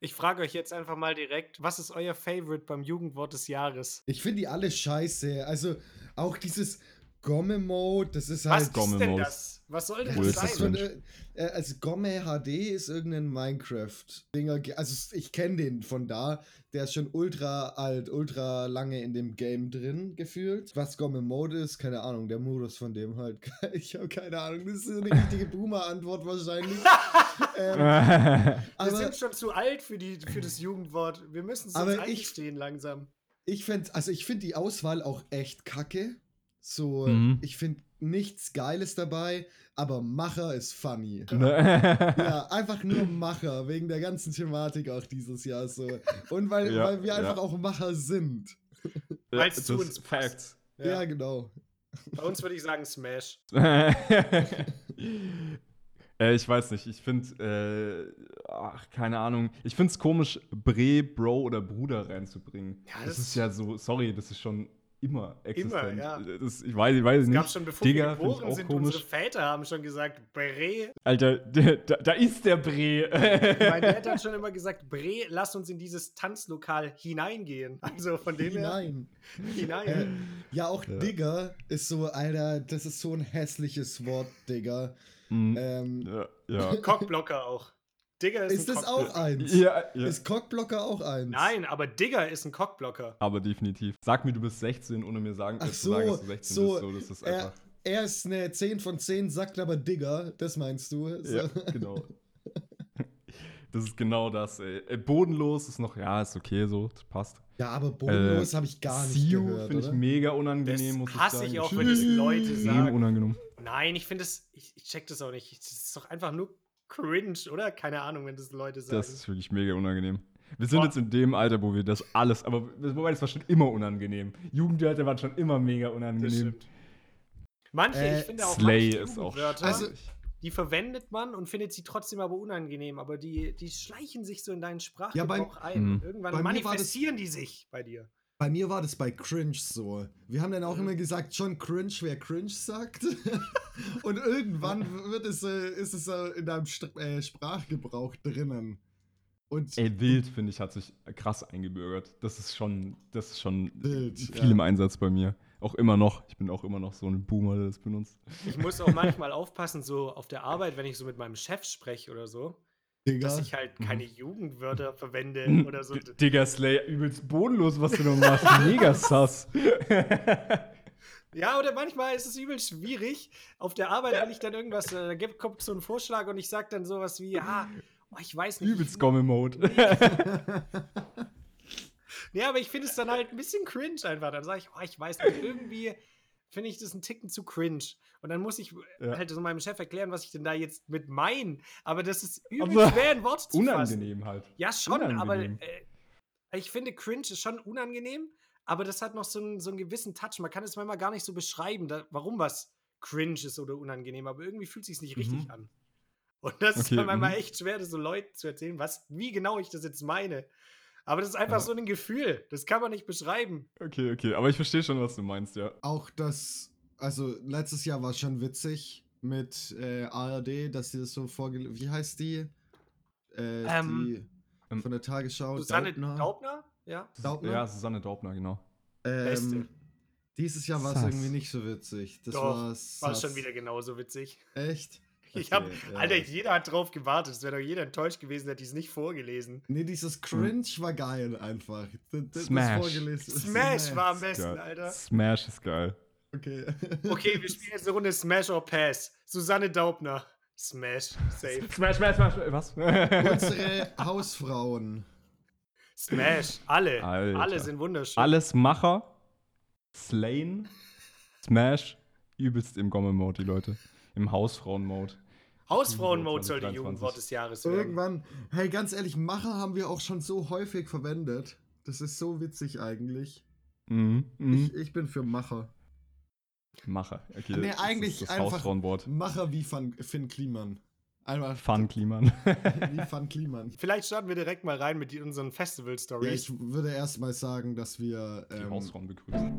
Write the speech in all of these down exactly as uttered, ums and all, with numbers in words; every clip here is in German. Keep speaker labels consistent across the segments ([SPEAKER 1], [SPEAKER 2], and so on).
[SPEAKER 1] Ich frage euch jetzt einfach mal direkt, was ist euer Favorite beim Jugendwort des Jahres?
[SPEAKER 2] Ich finde die alle scheiße. Also auch dieses Gomme-Mode, das ist halt.
[SPEAKER 1] Was ist
[SPEAKER 3] Gomme
[SPEAKER 1] denn
[SPEAKER 3] Mode.
[SPEAKER 1] das? Was soll denn
[SPEAKER 3] Cool,
[SPEAKER 1] das
[SPEAKER 3] ist das
[SPEAKER 1] sein?
[SPEAKER 2] Von, äh, äh, also Gomme H D ist irgendein Minecraft-Dinger. ge- Also ich kenne den von da. Der ist schon ultra alt, ultra lange in dem Game drin gefühlt. Was Gomme Mode ist, keine Ahnung. Der Modus von dem halt. Ich habe keine Ahnung. Das ist so eine richtige Boomer-Antwort wahrscheinlich. ähm,
[SPEAKER 1] Wir
[SPEAKER 2] aber
[SPEAKER 1] sind schon zu alt für, die, für das Jugendwort. Wir müssen es uns
[SPEAKER 2] Aber ich-
[SPEAKER 1] eingestehen langsam.
[SPEAKER 2] ich finde, also ich finde die Auswahl auch echt kacke. So,
[SPEAKER 3] Mhm.
[SPEAKER 2] ich finde nichts Geiles dabei, aber Macher ist funny.
[SPEAKER 3] Ne?
[SPEAKER 2] Ja, einfach nur Macher, wegen der ganzen Thematik auch dieses Jahr so. Und weil,
[SPEAKER 3] Ja,
[SPEAKER 2] weil wir einfach
[SPEAKER 3] ja.
[SPEAKER 2] auch Macher sind.
[SPEAKER 1] Weil's
[SPEAKER 3] das
[SPEAKER 1] zu
[SPEAKER 3] ist
[SPEAKER 1] uns passt.
[SPEAKER 3] Facts.
[SPEAKER 2] Ja,
[SPEAKER 1] Ja.
[SPEAKER 2] genau.
[SPEAKER 1] Bei uns würde ich sagen Smash.
[SPEAKER 3] äh, ich weiß nicht, ich finde, äh, ach, keine Ahnung, ich finde es komisch, Bre, Bro oder Bruder reinzubringen.
[SPEAKER 1] Ja,
[SPEAKER 3] das,
[SPEAKER 1] das-
[SPEAKER 3] ist ja so, sorry, das ist schon immer existent.
[SPEAKER 1] ja.
[SPEAKER 3] Das, ich weiß, ich weiß
[SPEAKER 1] Es
[SPEAKER 3] nicht.
[SPEAKER 1] gab schon, bevor
[SPEAKER 3] Digga,
[SPEAKER 1] wir
[SPEAKER 3] find ich
[SPEAKER 1] geboren
[SPEAKER 3] auch
[SPEAKER 1] sind,
[SPEAKER 3] komisch.
[SPEAKER 1] unsere Väter haben schon gesagt, Bre.
[SPEAKER 3] Alter, da, da ist der Bre.
[SPEAKER 1] Mein Dad hat schon immer gesagt, Bre, lass uns in dieses Tanzlokal hineingehen. Also von dem her,
[SPEAKER 2] Hinein.
[SPEAKER 1] hinein.
[SPEAKER 2] Äh, ja, auch
[SPEAKER 3] Ja.
[SPEAKER 2] Digger ist so, Alter, das ist so ein hässliches Wort, Digger.
[SPEAKER 3] Mhm.
[SPEAKER 2] Ähm,
[SPEAKER 3] Ja, ja.
[SPEAKER 1] Cockblocker auch. Digger ist,
[SPEAKER 2] ist
[SPEAKER 1] ein
[SPEAKER 2] das
[SPEAKER 1] Cockblocker.
[SPEAKER 2] auch eins?
[SPEAKER 3] ja, ja.
[SPEAKER 2] Ist Cockblocker auch eins?
[SPEAKER 1] Nein, aber Digger ist ein Cockblocker.
[SPEAKER 3] Aber definitiv. Sag mir, du bist sechzehn, ohne mir sagen,
[SPEAKER 2] Ach
[SPEAKER 3] äh, zu sagen,
[SPEAKER 2] so,
[SPEAKER 3] dass du sechzehn
[SPEAKER 2] so,
[SPEAKER 3] bist. So, das ist
[SPEAKER 2] er,
[SPEAKER 3] einfach.
[SPEAKER 2] er ist eine zehn von zehn, sagt aber Digger, das meinst du? So.
[SPEAKER 3] Ja, genau. Das ist genau das, ey. Äh, Bodenlos ist noch, ja, ist okay so, das passt.
[SPEAKER 2] Ja, aber bodenlos
[SPEAKER 3] Äh,
[SPEAKER 2] habe ich gar nicht
[SPEAKER 3] See You
[SPEAKER 2] gehört,
[SPEAKER 3] finde ich
[SPEAKER 2] oder?
[SPEAKER 3] mega
[SPEAKER 1] Das
[SPEAKER 3] unangenehm, muss ich
[SPEAKER 1] hasse
[SPEAKER 3] sagen.
[SPEAKER 1] ich auch, wenn das Leute
[SPEAKER 3] Extrem
[SPEAKER 1] sagen.
[SPEAKER 3] unangenehm.
[SPEAKER 1] Nein, ich finde es, ich, ich check das auch nicht. Das ist doch einfach nur cringe, oder? Keine Ahnung, wenn das Leute sagen.
[SPEAKER 3] Das ist wirklich mega unangenehm. Wir sind
[SPEAKER 1] Boah.
[SPEAKER 3] jetzt in dem Alter, wo wir das alles, aber wobei, das war schon immer unangenehm. Jugendwörter waren schon immer mega
[SPEAKER 1] Das
[SPEAKER 3] unangenehm.
[SPEAKER 1] stimmt. Manche,
[SPEAKER 2] Äh,
[SPEAKER 1] ich finde auch
[SPEAKER 3] Slay
[SPEAKER 1] manche
[SPEAKER 3] ist auch
[SPEAKER 1] Jugendwörter,
[SPEAKER 2] Also-
[SPEAKER 1] die verwendet man und findet sie trotzdem aber unangenehm, aber die, die schleichen sich so in deinen Sprachgebrauch
[SPEAKER 2] Ja, bei-
[SPEAKER 1] ein.
[SPEAKER 3] Mhm.
[SPEAKER 1] Und irgendwann
[SPEAKER 2] Bei mir war das-
[SPEAKER 1] manifestieren die sich bei dir.
[SPEAKER 2] Bei mir war das bei Cringe so. Wir haben dann auch
[SPEAKER 1] Mhm.
[SPEAKER 2] immer gesagt, schon Cringe, wer Cringe sagt. Und irgendwann wird es, äh, ist es äh, in deinem St äh, Sprachgebrauch drinnen. Und
[SPEAKER 3] Ey, wild, finde ich, hat sich krass eingebürgert. Das ist schon, das ist schon
[SPEAKER 2] Wild,
[SPEAKER 3] viel
[SPEAKER 2] ja.
[SPEAKER 3] im Einsatz bei mir. Auch immer noch. Ich bin auch immer noch so ein Boomer, der das benutzt.
[SPEAKER 1] Ich muss auch manchmal aufpassen, so auf der Arbeit, wenn ich so mit meinem Chef spreche oder so,
[SPEAKER 2] Digga,
[SPEAKER 1] dass ich halt
[SPEAKER 3] Mhm.
[SPEAKER 1] keine Jugendwörter verwende oder so.
[SPEAKER 3] D- Digga, Slay, übelst bodenlos, was du noch machst. Mega sass.
[SPEAKER 1] Ja, oder manchmal ist es übel schwierig. Auf der Arbeit, wenn ich dann irgendwas, äh, da gibt- kommt so ein Vorschlag und ich sag dann sowas wie, ja, oh, ich weiß nicht.
[SPEAKER 3] Übelst
[SPEAKER 1] ich,
[SPEAKER 3] Gomme-Mode.
[SPEAKER 1] Ja, aber ich finde es dann halt ein bisschen cringe einfach. Dann sage ich, oh, ich weiß nicht, irgendwie finde ich das einen Ticken zu cringe. Und dann muss ich
[SPEAKER 3] Ja.
[SPEAKER 1] halt so meinem Chef erklären, was ich denn da jetzt mit meine. Aber das ist übel
[SPEAKER 3] Aber
[SPEAKER 1] schwer in Worte zu fassen.
[SPEAKER 3] Unangenehm halt.
[SPEAKER 1] Ja, schon,
[SPEAKER 3] Unangenehm.
[SPEAKER 1] aber äh, ich finde, cringe ist schon unangenehm, aber das hat noch so einen, so einen gewissen Touch. Man kann es manchmal gar nicht so beschreiben, da, warum was cringe ist oder unangenehm, aber irgendwie fühlt es sich nicht richtig
[SPEAKER 3] Mhm.
[SPEAKER 1] an. Und das ist
[SPEAKER 3] Okay,
[SPEAKER 1] dann manchmal
[SPEAKER 3] mhm.
[SPEAKER 1] echt schwer, das so Leuten zu erzählen, was, wie genau ich das jetzt meine. Aber das ist einfach
[SPEAKER 3] Ja.
[SPEAKER 1] so ein Gefühl, das kann man nicht beschreiben.
[SPEAKER 3] Okay, okay. Aber ich verstehe schon, was du meinst, ja.
[SPEAKER 2] auch das, also letztes Jahr war es schon witzig mit äh, A R D, dass sie das so vorgelesen, wie heißt die? Äh,
[SPEAKER 1] Ähm,
[SPEAKER 2] die von der Tagesschau,
[SPEAKER 1] Susanne
[SPEAKER 2] Daubner.
[SPEAKER 1] Daubner? Ja.
[SPEAKER 2] Daubner?
[SPEAKER 3] Ja, Susanne Daubner, genau.
[SPEAKER 1] Beste.
[SPEAKER 2] Ähm, dieses Jahr war es
[SPEAKER 3] Sass.
[SPEAKER 2] irgendwie nicht so witzig. Das
[SPEAKER 1] Doch,
[SPEAKER 2] war
[SPEAKER 1] War
[SPEAKER 2] sass.
[SPEAKER 1] schon wieder genauso witzig.
[SPEAKER 2] Echt?
[SPEAKER 1] Ich
[SPEAKER 2] Okay,
[SPEAKER 1] hab,
[SPEAKER 2] ja.
[SPEAKER 1] Alter, jeder hat drauf gewartet. Es wäre doch jeder enttäuscht gewesen, hätte ich es nicht vorgelesen.
[SPEAKER 2] Nee, dieses Cringe war geil einfach. Das, das
[SPEAKER 3] Smash.
[SPEAKER 2] vorgelesen.
[SPEAKER 1] Smash war am besten,
[SPEAKER 3] Geil.
[SPEAKER 1] Alter.
[SPEAKER 3] Smash ist geil.
[SPEAKER 2] Okay.
[SPEAKER 1] Okay, wir spielen jetzt eine Runde Smash or Pass. Susanne Daubner. Smash. Safe.
[SPEAKER 3] Smash, Smash, Smash. Was?
[SPEAKER 2] Unsere Hausfrauen.
[SPEAKER 1] Smash. Alle.
[SPEAKER 3] Alter.
[SPEAKER 1] Alle sind wunderschön.
[SPEAKER 3] Alles Macher, Slain, Smash, übelst im Gomme-Mode, die Leute. Im Hausfrauen-Mode.
[SPEAKER 1] Hausfrauen-Mode soll die
[SPEAKER 3] zwanzig dreiundzwanzig.
[SPEAKER 1] Jugendwort des Jahres werden.
[SPEAKER 2] Irgendwann, hey, ganz ehrlich, Macher haben wir auch schon so häufig verwendet. Das ist so witzig eigentlich.
[SPEAKER 3] Mhm. Mhm.
[SPEAKER 2] Ich, ich bin für Macher.
[SPEAKER 3] Macher. Okay,
[SPEAKER 2] Nee,
[SPEAKER 3] das
[SPEAKER 2] eigentlich
[SPEAKER 3] ist das
[SPEAKER 2] einfach
[SPEAKER 3] Hausfrauenwort.
[SPEAKER 2] Macher wie Fun, Finn Kliman. Einmal
[SPEAKER 3] Fun Kliman.
[SPEAKER 2] wie Fun Kliman.
[SPEAKER 1] Vielleicht starten wir direkt mal rein mit unseren
[SPEAKER 2] Ja,
[SPEAKER 1] Festival-Stories.
[SPEAKER 2] ich würde erst mal sagen, dass wir.
[SPEAKER 3] Die
[SPEAKER 2] Ähm,
[SPEAKER 3] Hausfrauen begrüßen.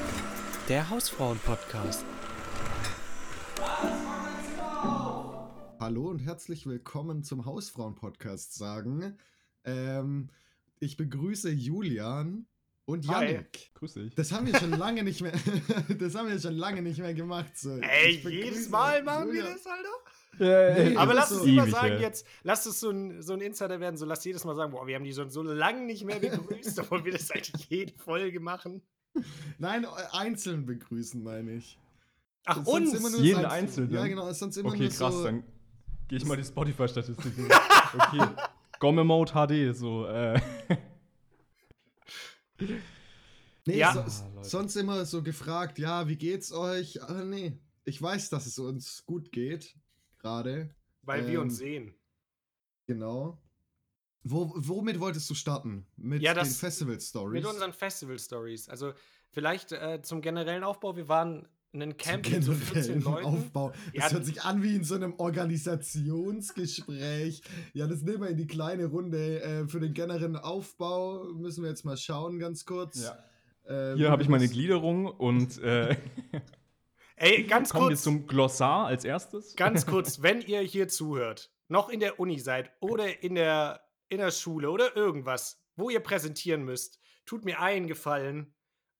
[SPEAKER 4] Der Hausfrauen-Podcast.
[SPEAKER 2] Hallo und herzlich willkommen zum Hausfrauen-Podcast sagen. Ähm, ich begrüße Julian und
[SPEAKER 1] Hi.
[SPEAKER 2] Yannick.
[SPEAKER 3] Grüß dich.
[SPEAKER 2] Das haben wir schon lange nicht mehr, das haben wir schon lange nicht mehr gemacht. So.
[SPEAKER 1] Ey,
[SPEAKER 2] Ich begrüße
[SPEAKER 1] jedes Mal machen wir
[SPEAKER 2] Julian.
[SPEAKER 1] das, Alter?
[SPEAKER 2] Nee,
[SPEAKER 1] Aber
[SPEAKER 2] das
[SPEAKER 1] lass
[SPEAKER 2] ist
[SPEAKER 1] es
[SPEAKER 2] so.
[SPEAKER 1] lieber
[SPEAKER 3] ewig,
[SPEAKER 1] sagen
[SPEAKER 3] ey.
[SPEAKER 1] jetzt, lass es so ein, so ein Insider werden, so lass jedes Mal sagen, boah, wir haben die schon so lange nicht mehr begrüßt, obwohl wir das eigentlich jede Folge machen.
[SPEAKER 2] Nein, einzeln begrüßen, meine ich.
[SPEAKER 1] Ach,
[SPEAKER 2] Sonst
[SPEAKER 1] uns?
[SPEAKER 2] immer nur
[SPEAKER 3] Jeden
[SPEAKER 2] so-
[SPEAKER 3] Einzelnen?
[SPEAKER 2] Ja, genau, sonst immer
[SPEAKER 3] Okay,
[SPEAKER 2] nur
[SPEAKER 3] krass,
[SPEAKER 2] so.
[SPEAKER 3] dann gehe ich mal die Spotify-Statistiken. Okay. Gomme Mode H D, so, äh.
[SPEAKER 2] Nee,
[SPEAKER 1] Ja.
[SPEAKER 2] so,
[SPEAKER 3] Ah, Leute.
[SPEAKER 2] sonst immer so gefragt, ja, wie geht's euch? Ah, nee, ich weiß, dass es uns gut geht, gerade.
[SPEAKER 1] Weil wir uns
[SPEAKER 2] Ähm,
[SPEAKER 1] sehen.
[SPEAKER 2] Genau. Wo, womit wolltest du starten? Mit
[SPEAKER 1] Ja,
[SPEAKER 2] den
[SPEAKER 1] das-
[SPEAKER 2] Festival-Stories?
[SPEAKER 1] Mit unseren Festival-Stories. Also vielleicht äh, zum generellen Aufbau, wir waren in einem Camp mit so vierzehn
[SPEAKER 2] generellen
[SPEAKER 1] Leuten.
[SPEAKER 2] Aufbau.
[SPEAKER 1] Ja,
[SPEAKER 2] Das hört sich an wie in so einem Organisationsgespräch. Ja, das nehmen wir in die kleine Runde. Äh, für den generellen Aufbau müssen wir jetzt mal schauen, ganz kurz.
[SPEAKER 3] Ja.
[SPEAKER 2] Äh,
[SPEAKER 3] Hier
[SPEAKER 2] wie
[SPEAKER 3] habe ich
[SPEAKER 2] wir
[SPEAKER 3] meine
[SPEAKER 2] das-
[SPEAKER 3] Gliederung und äh,
[SPEAKER 1] Ey, ganz
[SPEAKER 3] kommen wir
[SPEAKER 1] kurz.
[SPEAKER 3] zum Glossar als erstes.
[SPEAKER 1] Ganz kurz, wenn ihr hier zuhört, noch in der Uni seid oder in der, in der Schule oder irgendwas, wo ihr präsentieren müsst, tut mir einen Gefallen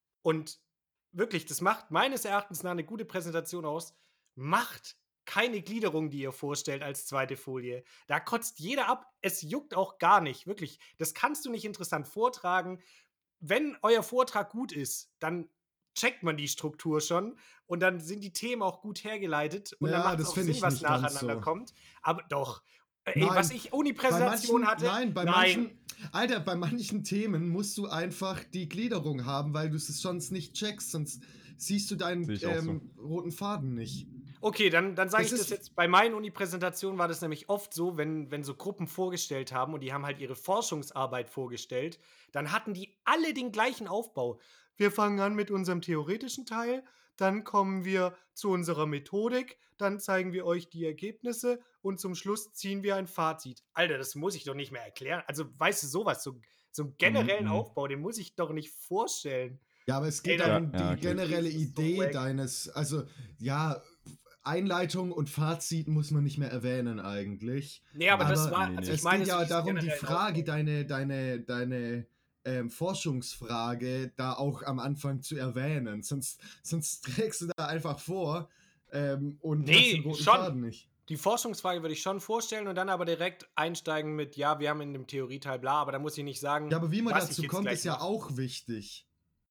[SPEAKER 1] und wirklich, das macht meines Erachtens nach eine gute Präsentation aus. Macht keine Gliederung, die ihr vorstellt als zweite Folie. Da kotzt jeder ab. Es juckt auch gar nicht. Wirklich, das kannst du nicht interessant vortragen. Wenn euer Vortrag gut ist, dann checkt man die Struktur schon und dann sind die Themen auch gut hergeleitet und
[SPEAKER 2] Ja,
[SPEAKER 1] dann macht
[SPEAKER 2] das
[SPEAKER 1] es auch
[SPEAKER 2] find
[SPEAKER 1] Sinn,
[SPEAKER 2] ich
[SPEAKER 1] was
[SPEAKER 2] nicht ganz
[SPEAKER 1] nacheinander
[SPEAKER 2] so.
[SPEAKER 1] kommt. Aber doch. Äh, Ey,
[SPEAKER 2] Nein,
[SPEAKER 1] was ich
[SPEAKER 2] Bei
[SPEAKER 1] Uni-Präsentation
[SPEAKER 2] manchen,
[SPEAKER 1] hatte.
[SPEAKER 2] nein, bei
[SPEAKER 1] nein.
[SPEAKER 2] manchen, Alter, bei manchen Themen musst du einfach die Gliederung haben, weil du es sonst nicht checkst, sonst siehst du deinen
[SPEAKER 3] Sehe ich auch so.
[SPEAKER 2] ähm, roten Faden nicht.
[SPEAKER 1] Okay, dann, dann sage ich
[SPEAKER 2] Das
[SPEAKER 1] das
[SPEAKER 2] ist-
[SPEAKER 1] jetzt. Bei meinen Uni-Präsentationen war das nämlich oft so, wenn, wenn so Gruppen vorgestellt haben und die haben halt ihre Forschungsarbeit vorgestellt, dann hatten die alle den gleichen Aufbau. Wir fangen an mit unserem theoretischen Teil, dann kommen wir zu unserer Methodik, dann zeigen wir euch die Ergebnisse und zum Schluss ziehen wir ein Fazit. Alter, das muss ich doch nicht mehr erklären. Also, weißt du, sowas, so, so einen generellen
[SPEAKER 3] Mhm.
[SPEAKER 1] Aufbau, den muss ich doch nicht vorstellen.
[SPEAKER 2] Ja, aber es geht
[SPEAKER 1] Ey,
[SPEAKER 2] darum,
[SPEAKER 3] ja, ja,
[SPEAKER 2] die
[SPEAKER 3] okay.
[SPEAKER 2] generelle
[SPEAKER 1] Das ist so
[SPEAKER 2] Idee
[SPEAKER 1] wack.
[SPEAKER 2] deines, also ja, Einleitung und Fazit muss man nicht mehr erwähnen eigentlich.
[SPEAKER 1] Nee, aber, das
[SPEAKER 2] Aber
[SPEAKER 1] war,
[SPEAKER 3] nee, nee.
[SPEAKER 1] also ich
[SPEAKER 2] es
[SPEAKER 1] meine,
[SPEAKER 2] geht ja
[SPEAKER 1] so diesen
[SPEAKER 2] darum, die
[SPEAKER 1] generellen
[SPEAKER 2] Frage,
[SPEAKER 1] Aufbau.
[SPEAKER 2] deine, deine, deine ähm, Forschungsfrage da auch am Anfang zu erwähnen. Sonst, sonst trägst du da einfach vor ähm, und
[SPEAKER 1] Nee,
[SPEAKER 2] hast den roten
[SPEAKER 1] schon.
[SPEAKER 2] Faden nicht.
[SPEAKER 1] Die Forschungsfrage würde ich schon vorstellen und dann aber direkt einsteigen mit, ja, wir haben in dem Theorieteil bla, aber da muss ich nicht sagen,
[SPEAKER 2] Ja, aber wie man
[SPEAKER 1] was ich
[SPEAKER 2] dazu
[SPEAKER 1] jetzt
[SPEAKER 2] kommt,
[SPEAKER 1] gleich
[SPEAKER 2] ist ja
[SPEAKER 1] mache.
[SPEAKER 2] auch wichtig.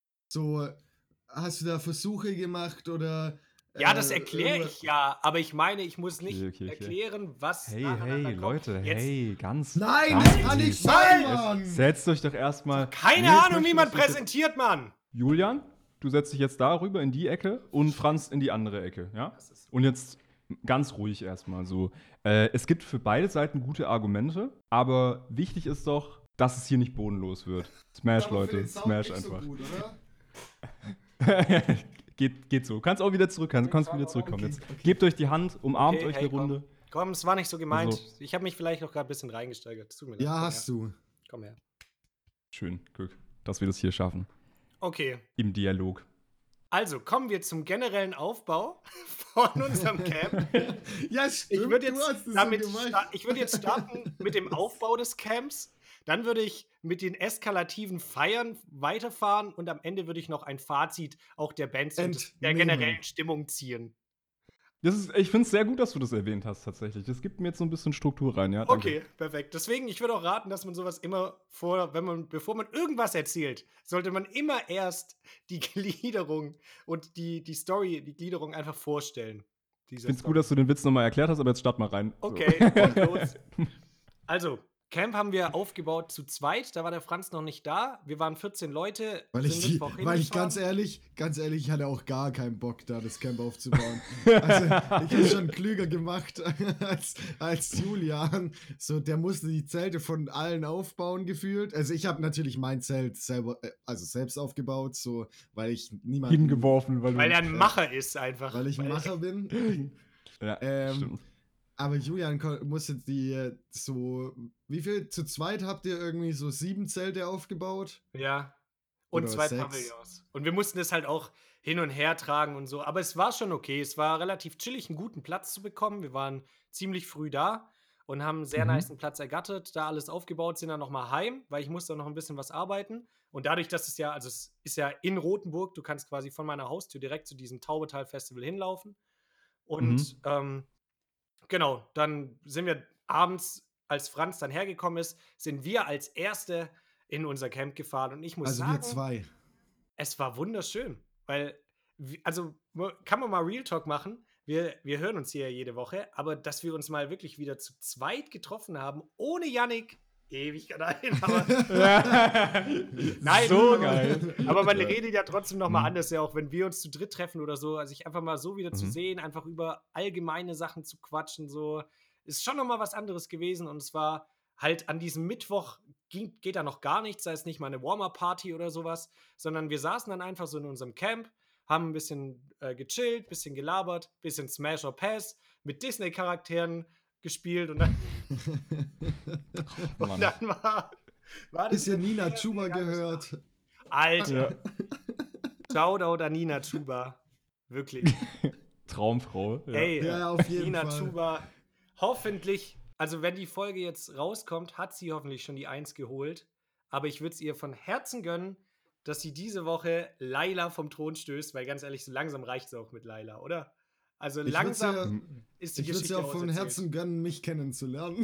[SPEAKER 2] So, hast du da Versuche gemacht oder.
[SPEAKER 1] Ja, das
[SPEAKER 2] äh,
[SPEAKER 1] erkläre
[SPEAKER 2] irgendwas-
[SPEAKER 1] ich ja, aber ich meine, ich muss nicht
[SPEAKER 3] Okay, okay, okay.
[SPEAKER 1] erklären, was
[SPEAKER 3] Hey,
[SPEAKER 1] nacheinander
[SPEAKER 3] hey,
[SPEAKER 1] kommt.
[SPEAKER 3] Leute,
[SPEAKER 1] Jetzt,
[SPEAKER 3] hey, ganz.
[SPEAKER 2] Nein,
[SPEAKER 3] ganz
[SPEAKER 2] das kann
[SPEAKER 3] easy.
[SPEAKER 2] nicht sein,
[SPEAKER 1] Nein!
[SPEAKER 2] Mann!
[SPEAKER 3] Setzt euch doch erstmal.
[SPEAKER 1] Keine
[SPEAKER 3] Nee, ich
[SPEAKER 1] Ahnung,
[SPEAKER 3] möchte,
[SPEAKER 1] wie man
[SPEAKER 3] dass du jetzt-
[SPEAKER 1] präsentiert, Mann!
[SPEAKER 3] Julian, du setzt dich jetzt darüber in die Ecke und Franz in die andere Ecke, ja?
[SPEAKER 1] Das ist-
[SPEAKER 3] Und jetzt ganz ruhig erstmal so. Äh, es gibt für beide Seiten gute Argumente, aber wichtig ist doch, dass es hier nicht bodenlos wird. Smash,
[SPEAKER 2] Aber für
[SPEAKER 3] Leute,
[SPEAKER 2] den Sound
[SPEAKER 3] smash
[SPEAKER 2] nicht so
[SPEAKER 3] einfach.
[SPEAKER 2] gut, oder?
[SPEAKER 3] geht, geht so. Kannst auch wieder zurück, kannst, kannst wieder zurückkommen.
[SPEAKER 2] Okay,
[SPEAKER 3] Jetzt
[SPEAKER 2] okay.
[SPEAKER 3] gebt euch die Hand, umarmt
[SPEAKER 1] Okay,
[SPEAKER 3] euch
[SPEAKER 1] hey,
[SPEAKER 3] eine
[SPEAKER 1] komm.
[SPEAKER 3] Runde.
[SPEAKER 1] Komm, es war nicht so gemeint.
[SPEAKER 3] Also-
[SPEAKER 1] Ich habe mich vielleicht noch gerade ein bisschen reingesteigert. Tut mir leid.
[SPEAKER 2] Ja,
[SPEAKER 1] Komm
[SPEAKER 2] hast
[SPEAKER 1] her.
[SPEAKER 2] du.
[SPEAKER 1] Komm her.
[SPEAKER 3] Schön, Glück, dass wir das hier schaffen.
[SPEAKER 1] Okay,
[SPEAKER 3] Im Dialog.
[SPEAKER 1] also kommen wir zum generellen Aufbau von unserem Camp.
[SPEAKER 2] Ja, stimmt.
[SPEAKER 1] Ich würde
[SPEAKER 2] du
[SPEAKER 1] jetzt,
[SPEAKER 2] hast es
[SPEAKER 1] damit
[SPEAKER 2] so gemacht.
[SPEAKER 1] sta- ich würd jetzt starten mit dem Aufbau des Camps. Dann würde ich mit den eskalativen Feiern weiterfahren und am Ende würde ich noch ein Fazit auch der Bands und des- der
[SPEAKER 2] Entnehmen.
[SPEAKER 1] generellen Stimmung ziehen.
[SPEAKER 3] Das ist, ich finde es sehr gut, dass du das erwähnt hast, tatsächlich. Das gibt mir jetzt so ein bisschen Struktur rein, ja. Danke.
[SPEAKER 1] Okay, perfekt. Deswegen, ich würde auch raten, dass man sowas immer vor, wenn man, bevor man irgendwas erzählt, sollte man immer erst die Gliederung und die, die Story, die Gliederung einfach vorstellen.
[SPEAKER 3] Ich finde es gut, dass du den Witz nochmal erklärt hast, aber jetzt start mal rein. So.
[SPEAKER 1] Okay, und los. Also, Camp haben wir aufgebaut zu zweit, da war der Franz noch nicht da. Wir waren vierzehn Leute.
[SPEAKER 2] Weil
[SPEAKER 1] sind
[SPEAKER 2] ich, die,
[SPEAKER 1] Mittwoch
[SPEAKER 2] weil ich ganz
[SPEAKER 1] hingefahren.
[SPEAKER 2] ehrlich, ganz ehrlich, ich hatte auch gar keinen Bock, da das Camp aufzubauen. Also, ich habe schon klüger gemacht als, als Julian. So, der musste die Zelte von allen aufbauen, gefühlt. Also, ich habe natürlich mein Zelt selber, äh, also selbst aufgebaut, so, weil ich niemanden.
[SPEAKER 3] Hingeworfen, weil du.
[SPEAKER 1] Weil er ein Macher ist einfach.
[SPEAKER 2] Weil ich ein Macher bin.
[SPEAKER 3] ja,
[SPEAKER 2] ähm,
[SPEAKER 3] stimmt.
[SPEAKER 2] Aber Julian kon- musste die äh, so. Wie viel? Zu zweit habt ihr irgendwie so sieben Zelte aufgebaut?
[SPEAKER 1] Ja. Und
[SPEAKER 2] Oder
[SPEAKER 1] zwei
[SPEAKER 2] sechs.
[SPEAKER 1] Pavillons. Und wir mussten es halt auch hin und her tragen und so. Aber es war schon okay. Es war relativ chillig, einen guten Platz zu bekommen. Wir waren ziemlich früh da und haben 'n sehr
[SPEAKER 3] Mhm.
[SPEAKER 1] nicen Platz ergattert, da alles aufgebaut, sind dann noch mal heim, weil ich musste noch ein bisschen was arbeiten. Und dadurch, dass es ja also, es ist ja in Rothenburg, du kannst quasi von meiner Haustür direkt zu diesem Taubetal-Festival hinlaufen. Und,
[SPEAKER 3] Mhm.
[SPEAKER 1] ähm, genau, dann sind wir abends, als Franz dann hergekommen ist, sind wir als Erste in unser Camp gefahren und ich muss
[SPEAKER 2] Also wir
[SPEAKER 1] sagen,
[SPEAKER 2] zwei.
[SPEAKER 1] es war wunderschön, weil w also, ma kann man mal Real Talk machen. Wir wir hören uns hier ja jede Woche, aber dass wir uns mal wirklich wieder zu zweit getroffen haben, ohne Yannick, ewig nein, aber nein,
[SPEAKER 3] So
[SPEAKER 1] aber
[SPEAKER 3] geil.
[SPEAKER 1] aber man
[SPEAKER 3] Ja.
[SPEAKER 1] redet ja trotzdem noch mal
[SPEAKER 3] Mhm.
[SPEAKER 1] anders, ja auch wenn wir uns zu dritt treffen oder so, also, sich einfach mal so wieder zu
[SPEAKER 3] Mhm.
[SPEAKER 1] sehen, einfach über allgemeine Sachen zu quatschen, so, ist schon noch mal was anderes gewesen und es war halt an diesem Mittwoch ging geht da noch gar nichts, da ist nicht mal 'ne Warm-up-Party oder so was, sondern wir saßen dann einfach so in unserem Camp, haben 'n bisschen, äh, gechillt, bisschen gelabert, bisschen Smash or Pass mit Disney-Charakteren gespielt und dann und
[SPEAKER 3] Mann.
[SPEAKER 1] dann war war das
[SPEAKER 2] Bisschen
[SPEAKER 1] 'ne
[SPEAKER 2] Nina
[SPEAKER 1] sehr,
[SPEAKER 2] Chuba
[SPEAKER 1] sehr geile
[SPEAKER 2] gehört.
[SPEAKER 1] Sache. Alter,
[SPEAKER 3] Ja.
[SPEAKER 1] Shoutout an Nina Chuba, wirklich.
[SPEAKER 3] Traumfrau, ja.
[SPEAKER 1] Ey,
[SPEAKER 2] Ja, ja, auf jeden
[SPEAKER 1] Nina
[SPEAKER 2] Fall.
[SPEAKER 1] Chuba, hoffentlich also, wenn die Folge jetzt rauskommt, hat sie hoffentlich schon die Eins geholt, aber ich würde es ihr von Herzen gönnen, dass sie diese Woche Laila vom Thron stößt, weil ganz ehrlich, so langsam reicht's auch mit Laila, oder? Also,
[SPEAKER 2] Ich würde es ja
[SPEAKER 1] langsam
[SPEAKER 3] Mhm.
[SPEAKER 1] ist die
[SPEAKER 2] ich würde es ja
[SPEAKER 1] Geschichte
[SPEAKER 2] auch von
[SPEAKER 1] auserzählt.
[SPEAKER 2] Herzen gönnen, mich kennenzulernen.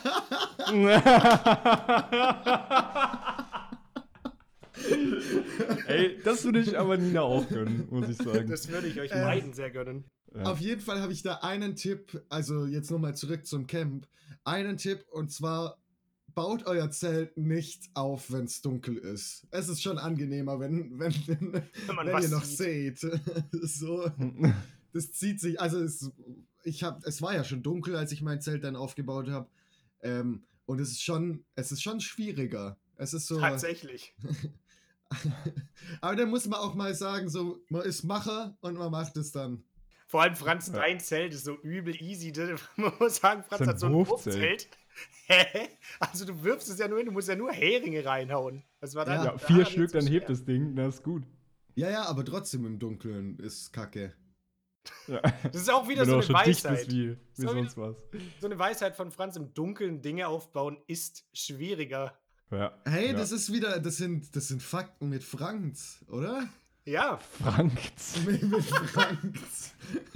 [SPEAKER 3] Ey, das würde ich aber Nina auch gönnen, muss ich sagen.
[SPEAKER 1] Das würde ich euch
[SPEAKER 2] Ähm,
[SPEAKER 1] beiden sehr gönnen.
[SPEAKER 3] Ja.
[SPEAKER 2] Auf jeden Fall habe ich da einen Tipp, also jetzt nochmal zurück zum Camp. Einen Tipp und zwar, baut euer Zelt nicht auf, wenn es dunkel ist. Es ist schon angenehmer, wenn, wenn, wenn,
[SPEAKER 1] Wenn man
[SPEAKER 2] wenn
[SPEAKER 1] was
[SPEAKER 2] ihr noch
[SPEAKER 1] sieht.
[SPEAKER 2] seht. So, das zieht sich, also es, ich hab, es war ja schon dunkel, als ich mein Zelt dann aufgebaut habe. Ähm, und es ist schon, es ist schon schwieriger. Es ist so.
[SPEAKER 1] Tatsächlich.
[SPEAKER 2] Aber dann muss man auch mal sagen, so, man ist Macher und man macht es dann.
[SPEAKER 1] Vor allem Franz,
[SPEAKER 3] Ja.
[SPEAKER 1] dein Zelt ist so übel easy. ne? Man muss sagen, Franz
[SPEAKER 3] Sein
[SPEAKER 1] hat so ein
[SPEAKER 3] Wurfzelt.
[SPEAKER 1] Wurfzelt. Hä? Also, du wirfst es ja nur hin, du musst ja nur Heringe reinhauen. Was war
[SPEAKER 2] Ja.
[SPEAKER 1] dann
[SPEAKER 3] Ja,
[SPEAKER 1] daran
[SPEAKER 3] vier
[SPEAKER 1] jetzt
[SPEAKER 3] Stück,
[SPEAKER 1] so
[SPEAKER 3] dann hebt
[SPEAKER 1] schwer?
[SPEAKER 3] das Ding, das ist gut.
[SPEAKER 2] Ja, ja, aber trotzdem im Dunkeln ist Kacke.
[SPEAKER 3] Ja.
[SPEAKER 1] Das ist auch wieder
[SPEAKER 3] Wenn
[SPEAKER 1] so
[SPEAKER 3] du
[SPEAKER 1] eine
[SPEAKER 3] auch schon dicht
[SPEAKER 1] Weisheit.
[SPEAKER 3] bist wie, wie
[SPEAKER 1] So wieder-
[SPEAKER 3] sonst was.
[SPEAKER 1] So eine Weisheit von Franz, im Dunkeln Dinge aufbauen ist schwieriger.
[SPEAKER 3] Ja.
[SPEAKER 2] Hey,
[SPEAKER 3] ja.
[SPEAKER 2] das ist wieder, das sind, das sind Fakten mit Franz, oder?
[SPEAKER 1] Ja.
[SPEAKER 3] Franks.
[SPEAKER 2] mit, mit Franz.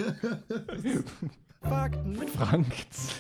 [SPEAKER 1] Fakten mit
[SPEAKER 3] Franks.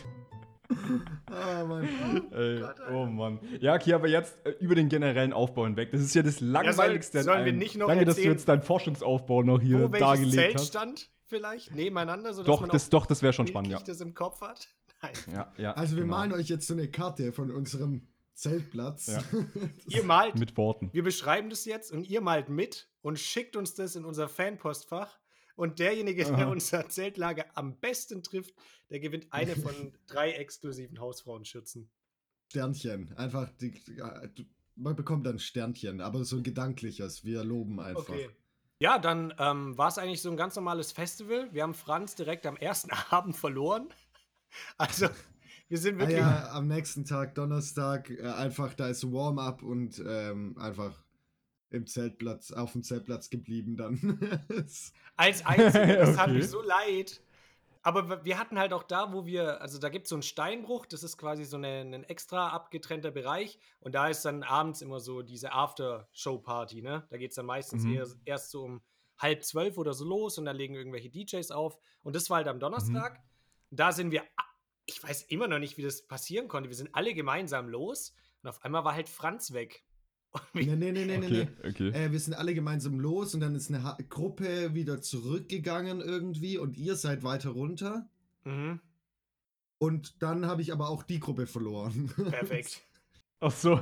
[SPEAKER 2] Ah, Mann.
[SPEAKER 3] Ey,
[SPEAKER 1] Gott, Alter.
[SPEAKER 3] oh Mann. Ja, okay, aber jetzt äh, über den generellen Aufbau hinweg. Das ist ja das langweiligste.
[SPEAKER 1] sollen
[SPEAKER 3] an
[SPEAKER 1] wir
[SPEAKER 3] allem.
[SPEAKER 1] nicht noch
[SPEAKER 3] Danke, dass du
[SPEAKER 1] erzählen,
[SPEAKER 3] jetzt deinen Forschungsaufbau noch hier
[SPEAKER 1] Wo welches
[SPEAKER 3] dargelegt
[SPEAKER 1] Zelt
[SPEAKER 3] hast.
[SPEAKER 1] stand, vielleicht, nebeneinander, sodass
[SPEAKER 3] Doch,
[SPEAKER 1] man
[SPEAKER 3] das,
[SPEAKER 1] auch
[SPEAKER 3] doch, das wäre schon spannend, ja.
[SPEAKER 1] bildlich das im Kopf hat? Nein.
[SPEAKER 3] ja, ja.
[SPEAKER 2] Also wir
[SPEAKER 3] genau.
[SPEAKER 2] malen euch jetzt so eine Karte von unserem Zeltplatz.
[SPEAKER 3] Ja.
[SPEAKER 1] Ihr malt,
[SPEAKER 3] Mit Worten.
[SPEAKER 1] wir beschreiben das jetzt und ihr malt mit und schickt uns das in unser Fanpostfach. Und derjenige, der
[SPEAKER 3] Aha.
[SPEAKER 1] unser Zeltlager am besten trifft, der gewinnt eine von drei exklusiven Hausfrauenschürzen.
[SPEAKER 2] Sternchen. Einfach, die, ja, du- man bekommt dann Sternchen, aber so ein gedankliches. Wir loben einfach.
[SPEAKER 1] Okay. Ja, dann ähm, war es eigentlich so ein ganz normales Festival. Wir haben Franz direkt am ersten Abend verloren. Also, wir sind
[SPEAKER 2] Ah
[SPEAKER 1] wirklich.
[SPEAKER 2] ja, am nächsten Tag, Donnerstag, äh, einfach, da ist Warm-up und ähm, einfach im Zeltplatz, auf dem Zeltplatz geblieben dann.
[SPEAKER 1] Als Einzige, das hat
[SPEAKER 3] Okay.
[SPEAKER 1] mich so leid. Aber w- wir hatten halt auch da, wo wir, also da gibt es so einen Steinbruch, das ist quasi so eine, ein extra abgetrennter Bereich. Und da ist dann abends immer so diese After-Show-Party, ne? Da geht es dann meistens
[SPEAKER 3] Mhm.
[SPEAKER 1] eher, erst so um halb zwölf oder so los und dann legen irgendwelche D Js auf. Und das war halt am Donnerstag. Und da sind wir, a- ich weiß immer noch nicht, wie das passieren konnte. Wir sind alle gemeinsam los und auf einmal war halt Franz weg. Und wir-
[SPEAKER 2] nee, nee, nee, nee,
[SPEAKER 3] Okay,
[SPEAKER 2] nee.
[SPEAKER 3] okay.
[SPEAKER 2] Äh, wir sind alle gemeinsam los und dann ist eine ha Gruppe wieder zurückgegangen irgendwie und ihr seid weiter runter.
[SPEAKER 1] Mhm,
[SPEAKER 2] Und dann habe ich aber auch die Gruppe verloren.
[SPEAKER 1] perfekt.
[SPEAKER 3] Ach so.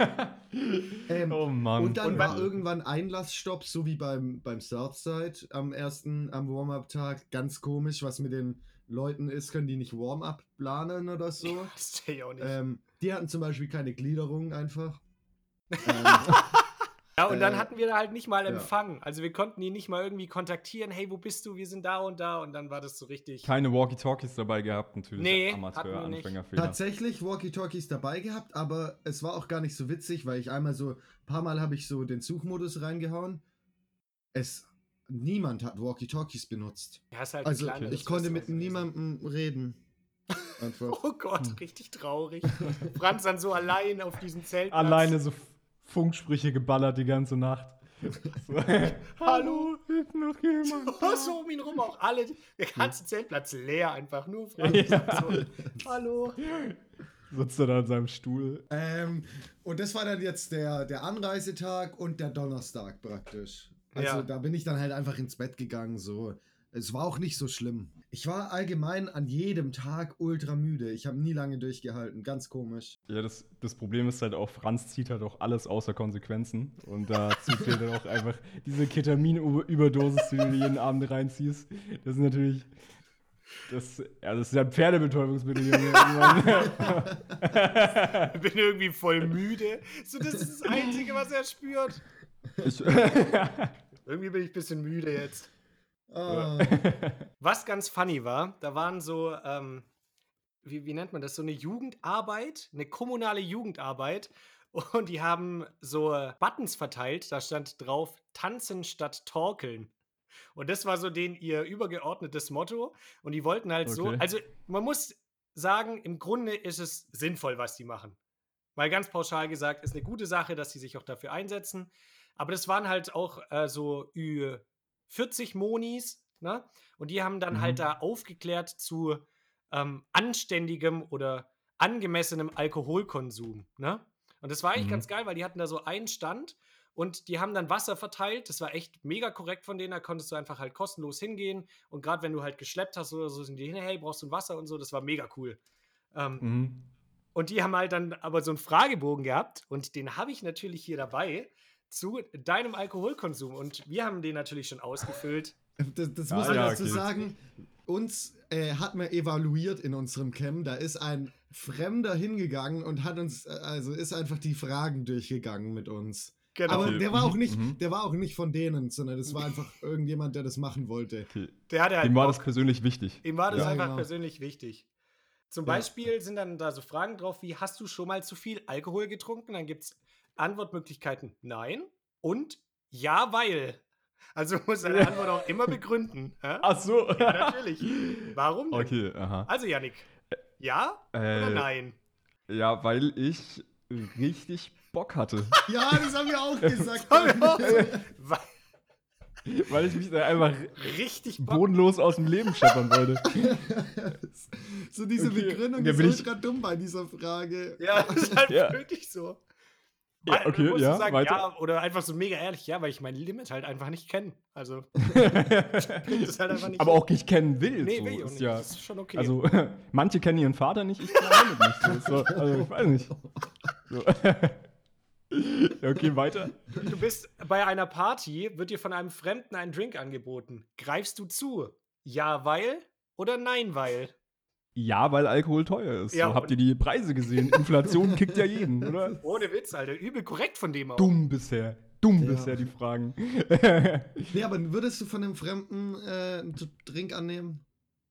[SPEAKER 2] Ähm,
[SPEAKER 3] oh Mann.
[SPEAKER 2] Und dann
[SPEAKER 1] Und
[SPEAKER 2] war
[SPEAKER 1] wann-
[SPEAKER 2] irgendwann Einlassstopp, so wie beim, beim Southside am ersten, am Warm-Up-Tag. Ganz komisch, was mit den Leuten ist. Können die nicht Warm-Up planen oder so?
[SPEAKER 1] Das verstehe ich auch nicht.
[SPEAKER 2] ähm, die hatten zum Beispiel keine Gliederung einfach. ähm,
[SPEAKER 1] Ja, und dann
[SPEAKER 2] Äh,
[SPEAKER 1] hatten wir da halt nicht mal
[SPEAKER 2] ja.
[SPEAKER 1] Empfang. Also wir konnten ihn nicht mal irgendwie kontaktieren. Hey, wo bist du? Wir sind da und da. Und dann war das so richtig.
[SPEAKER 3] Keine Walkie-Talkies dabei gehabt, natürlich.
[SPEAKER 1] Nee,
[SPEAKER 3] Amateur,
[SPEAKER 1] hatten wir nicht.
[SPEAKER 3] Anfängerfehler.
[SPEAKER 2] tatsächlich Walkie-Talkies dabei gehabt, aber es war auch gar nicht so witzig, weil ich einmal so, ein paar Mal habe ich so den Suchmodus reingehauen. Es, niemand hat Walkie-Talkies benutzt.
[SPEAKER 1] Ja, ist halt ein
[SPEAKER 2] Also
[SPEAKER 1] kleineres
[SPEAKER 2] ich konnte mit
[SPEAKER 1] Festival gewesen.
[SPEAKER 2] niemandem reden. Einfach.
[SPEAKER 1] Oh Gott, richtig traurig. Franz dann so allein auf diesem Zeltplatz.
[SPEAKER 3] Alleine so F- Funksprüche geballert die ganze Nacht. So. Hallo, ist noch jemand?
[SPEAKER 1] Oh, so um ihn rum auch alle. Der ganze Zeltplatz leer einfach. Nur Franz.
[SPEAKER 3] Ja.
[SPEAKER 1] So, hallo.
[SPEAKER 3] Sitzt er da in seinem Stuhl.
[SPEAKER 2] Ähm, und das war dann jetzt der, der Anreisetag und der Donnerstag praktisch. Also
[SPEAKER 1] Ja.
[SPEAKER 2] da bin ich dann halt einfach ins Bett gegangen, so. Es war auch nicht so schlimm. Ich war allgemein an jedem Tag ultra müde. Ich habe nie lange durchgehalten. Ganz komisch.
[SPEAKER 3] Ja, das, das Problem ist halt auch, Franz zieht halt auch alles außer Konsequenzen. Und dazu fehlt dann auch einfach diese Ketamin-Überdosis, die du dir jeden Abend reinziehst. Das ist natürlich. Das, ja, das ist ja ein Pferdebetäubungsmittel, Junge.
[SPEAKER 1] Ich bin irgendwie voll müde. So, das ist das Einzige, was er spürt.
[SPEAKER 3] Ich,
[SPEAKER 1] Irgendwie bin ich ein bisschen müde jetzt.
[SPEAKER 2] Ah,
[SPEAKER 1] Was ganz funny war, da waren so, ähm, wie, wie nennt man das, so eine Jugendarbeit, eine kommunale Jugendarbeit. Und die haben so äh, Buttons verteilt, da stand drauf, tanzen statt torkeln. Und das war so denen ihr übergeordnetes Motto. Und die wollten halt so,
[SPEAKER 3] Okay.
[SPEAKER 1] also man muss sagen, im Grunde ist es sinnvoll, was die machen. Weil ganz pauschal gesagt, ist eine gute Sache, dass sie sich auch dafür einsetzen. Aber das waren halt auch äh, so Ü vierzig Monis, ne? Und die haben dann
[SPEAKER 3] Mhm.
[SPEAKER 1] halt da aufgeklärt zu ähm, anständigem oder angemessenem Alkoholkonsum, ne? Und das war eigentlich
[SPEAKER 3] Mhm.
[SPEAKER 1] ganz geil, weil die hatten da so einen Stand und die haben dann Wasser verteilt. Das war echt mega korrekt von denen. Da konntest du einfach halt kostenlos hingehen. Und gerade wenn du halt geschleppt hast oder so, sind die hin, hey, brauchst du ein Wasser und so. Das war mega cool. Ähm,
[SPEAKER 3] Mhm.
[SPEAKER 1] und die haben halt dann aber so einen Fragebogen gehabt und den habe ich natürlich hier dabei zu deinem Alkoholkonsum. Und wir haben den natürlich schon ausgefüllt.
[SPEAKER 2] das das
[SPEAKER 3] Ah,
[SPEAKER 2] muss man
[SPEAKER 3] ja,
[SPEAKER 2] dazu
[SPEAKER 3] okay.
[SPEAKER 2] sagen. Uns äh, hat man evaluiert in unserem Camp. Da ist ein Fremder hingegangen und hat uns, äh, also ist einfach die Fragen durchgegangen mit uns.
[SPEAKER 1] Genau.
[SPEAKER 2] Aber
[SPEAKER 3] Okay.
[SPEAKER 2] der war auch
[SPEAKER 3] Mhm,
[SPEAKER 2] nicht,
[SPEAKER 3] mhm.
[SPEAKER 2] der war auch nicht von denen, sondern das war einfach irgendjemand, der das machen wollte.
[SPEAKER 3] Okay.
[SPEAKER 1] Der hatte halt
[SPEAKER 3] Ihm war
[SPEAKER 1] Bock.
[SPEAKER 3] das persönlich wichtig.
[SPEAKER 1] Ihm war das
[SPEAKER 2] Ja,
[SPEAKER 1] einfach
[SPEAKER 2] genau.
[SPEAKER 1] persönlich wichtig. Zum
[SPEAKER 2] Ja.
[SPEAKER 1] Beispiel sind dann da so Fragen drauf wie, hast du schon mal zu viel Alkohol getrunken? Dann gibt es Antwortmöglichkeiten nein und ja, weil. Also muss deine Antwort auch immer begründen. hä?
[SPEAKER 3] Ach so.
[SPEAKER 1] Ja, natürlich. Warum denn?
[SPEAKER 3] Okay, aha.
[SPEAKER 1] Also, Yannick, ja oder
[SPEAKER 3] Äh,
[SPEAKER 1] nein?
[SPEAKER 3] Ja, weil ich richtig Bock hatte.
[SPEAKER 2] Ja, das haben wir auch gesagt.
[SPEAKER 1] Haben wir auch so- Weil-
[SPEAKER 3] Weil ich mich da einfach
[SPEAKER 1] Richtig Bock.
[SPEAKER 3] bodenlos aus dem Leben scheppern wollte.
[SPEAKER 2] So diese
[SPEAKER 3] Okay.
[SPEAKER 2] Begründung
[SPEAKER 3] Ja,
[SPEAKER 2] ist
[SPEAKER 3] bin ich-
[SPEAKER 2] ultra dumm bei dieser Frage.
[SPEAKER 1] Ja, ist halt
[SPEAKER 3] Ja.
[SPEAKER 1] wirklich so.
[SPEAKER 3] Ja,
[SPEAKER 1] Weil,
[SPEAKER 3] okay,
[SPEAKER 1] du musst
[SPEAKER 3] ja,
[SPEAKER 1] sagen,
[SPEAKER 3] weiter.
[SPEAKER 1] ja, oder einfach so mega ehrlich, ja, weil ich mein Limit halt einfach nicht kenne. Also, krieg das halt einfach nicht.
[SPEAKER 3] Aber auch nicht kennen will.
[SPEAKER 1] Nee,
[SPEAKER 3] so.
[SPEAKER 1] will ich auch
[SPEAKER 3] ist
[SPEAKER 1] nicht.
[SPEAKER 3] ja,
[SPEAKER 1] Das ist schon okay.
[SPEAKER 3] Also, manche kennen ihren Vater nicht, ich kenne ihn nicht. So, ist so, also, ich weiß nicht. So. Ja, okay, weiter.
[SPEAKER 1] Du bist bei einer Party, wird dir von einem Fremden ein Drink angeboten. Greifst du zu? Ja, weil oder nein, weil?
[SPEAKER 3] Ja, weil Alkohol teuer ist.
[SPEAKER 1] Ja,
[SPEAKER 3] so, habt ihr
[SPEAKER 1] und-
[SPEAKER 3] die Preise gesehen? Inflation kickt ja jeden, oder?
[SPEAKER 1] Ohne Witz, Alter. Übel korrekt von dem auch.
[SPEAKER 3] Dumm bisher. Dumm
[SPEAKER 2] Ja.
[SPEAKER 3] bisher die Fragen.
[SPEAKER 2] Nee, aber würdest du von einem Fremden äh, einen Drink annehmen?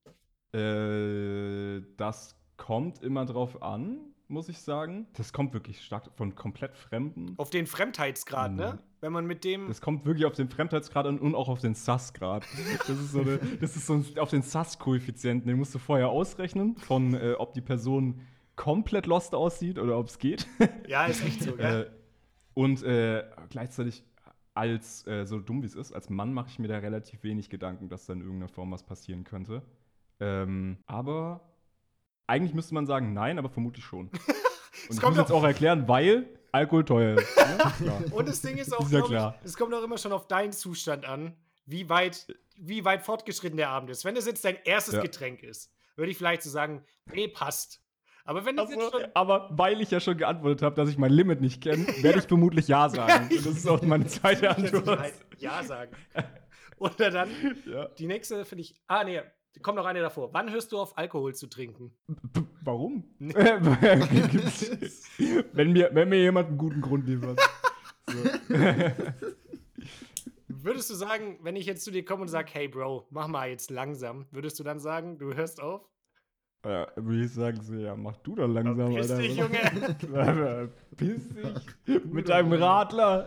[SPEAKER 3] äh, das kommt immer drauf an, muss ich sagen. Das kommt wirklich stark von komplett Fremden.
[SPEAKER 1] Auf den Fremdheitsgrad, ne?
[SPEAKER 3] Mhm.
[SPEAKER 1] Wenn man mit dem.
[SPEAKER 3] Das kommt wirklich auf den Fremdheitsgrad an und auch auf den Sass-Grad. Das ist so, eine, das ist so ein, auf den Sass-Koeffizienten. Den musst du vorher ausrechnen, von äh, ob die Person komplett lost aussieht oder ob es geht.
[SPEAKER 1] Ja, ist echt so, gell?
[SPEAKER 3] äh, und äh, gleichzeitig, als äh, so dumm wie es ist, als Mann mache ich mir da relativ wenig Gedanken, dass da in irgendeiner Form was passieren könnte. Ähm, aber eigentlich müsste man sagen, nein, aber vermutlich schon. Und ich
[SPEAKER 1] kommt
[SPEAKER 3] muss jetzt
[SPEAKER 1] doch-
[SPEAKER 3] auch erklären, weil Alkohol teuer ist. Ne? Klar.
[SPEAKER 1] Und das Ding ist auch,
[SPEAKER 3] Ist ja
[SPEAKER 1] glaub
[SPEAKER 3] klar.
[SPEAKER 1] ich, es kommt auch immer schon auf deinen Zustand an, wie weit, wie weit fortgeschritten der Abend ist. Wenn das jetzt dein erstes
[SPEAKER 3] Ja.
[SPEAKER 1] Getränk ist, würde ich vielleicht so sagen, nee, passt. Aber wenn das
[SPEAKER 3] Ach so,
[SPEAKER 1] jetzt schon.
[SPEAKER 3] aber weil ich ja schon geantwortet habe, dass ich mein Limit nicht kenne, werde ich vermutlich Ja sagen. Und das ist auch meine zweite
[SPEAKER 1] Ich jetzt
[SPEAKER 3] Antwort.
[SPEAKER 1] halt Ja sagen. Oder dann
[SPEAKER 3] Ja.
[SPEAKER 1] die nächste finde ich. Ah, nee, kommt noch eine davor. Wann hörst du auf, Alkohol zu trinken?
[SPEAKER 3] P- Warum?
[SPEAKER 1] Nee.
[SPEAKER 3] Gibt's- wenn, mir, wenn mir jemand einen guten Grund liefert. So.
[SPEAKER 1] Würdest du sagen, wenn ich jetzt zu dir komme und sage, hey Bro, mach mal jetzt langsam, würdest du dann sagen, du hörst auf?
[SPEAKER 3] Ja, würde ich sagen, so, ja, mach du doch langsam,
[SPEAKER 1] Piss
[SPEAKER 3] Alter.
[SPEAKER 1] dich, Junge.
[SPEAKER 3] Junge. Piss dich. Mit deinem Radler.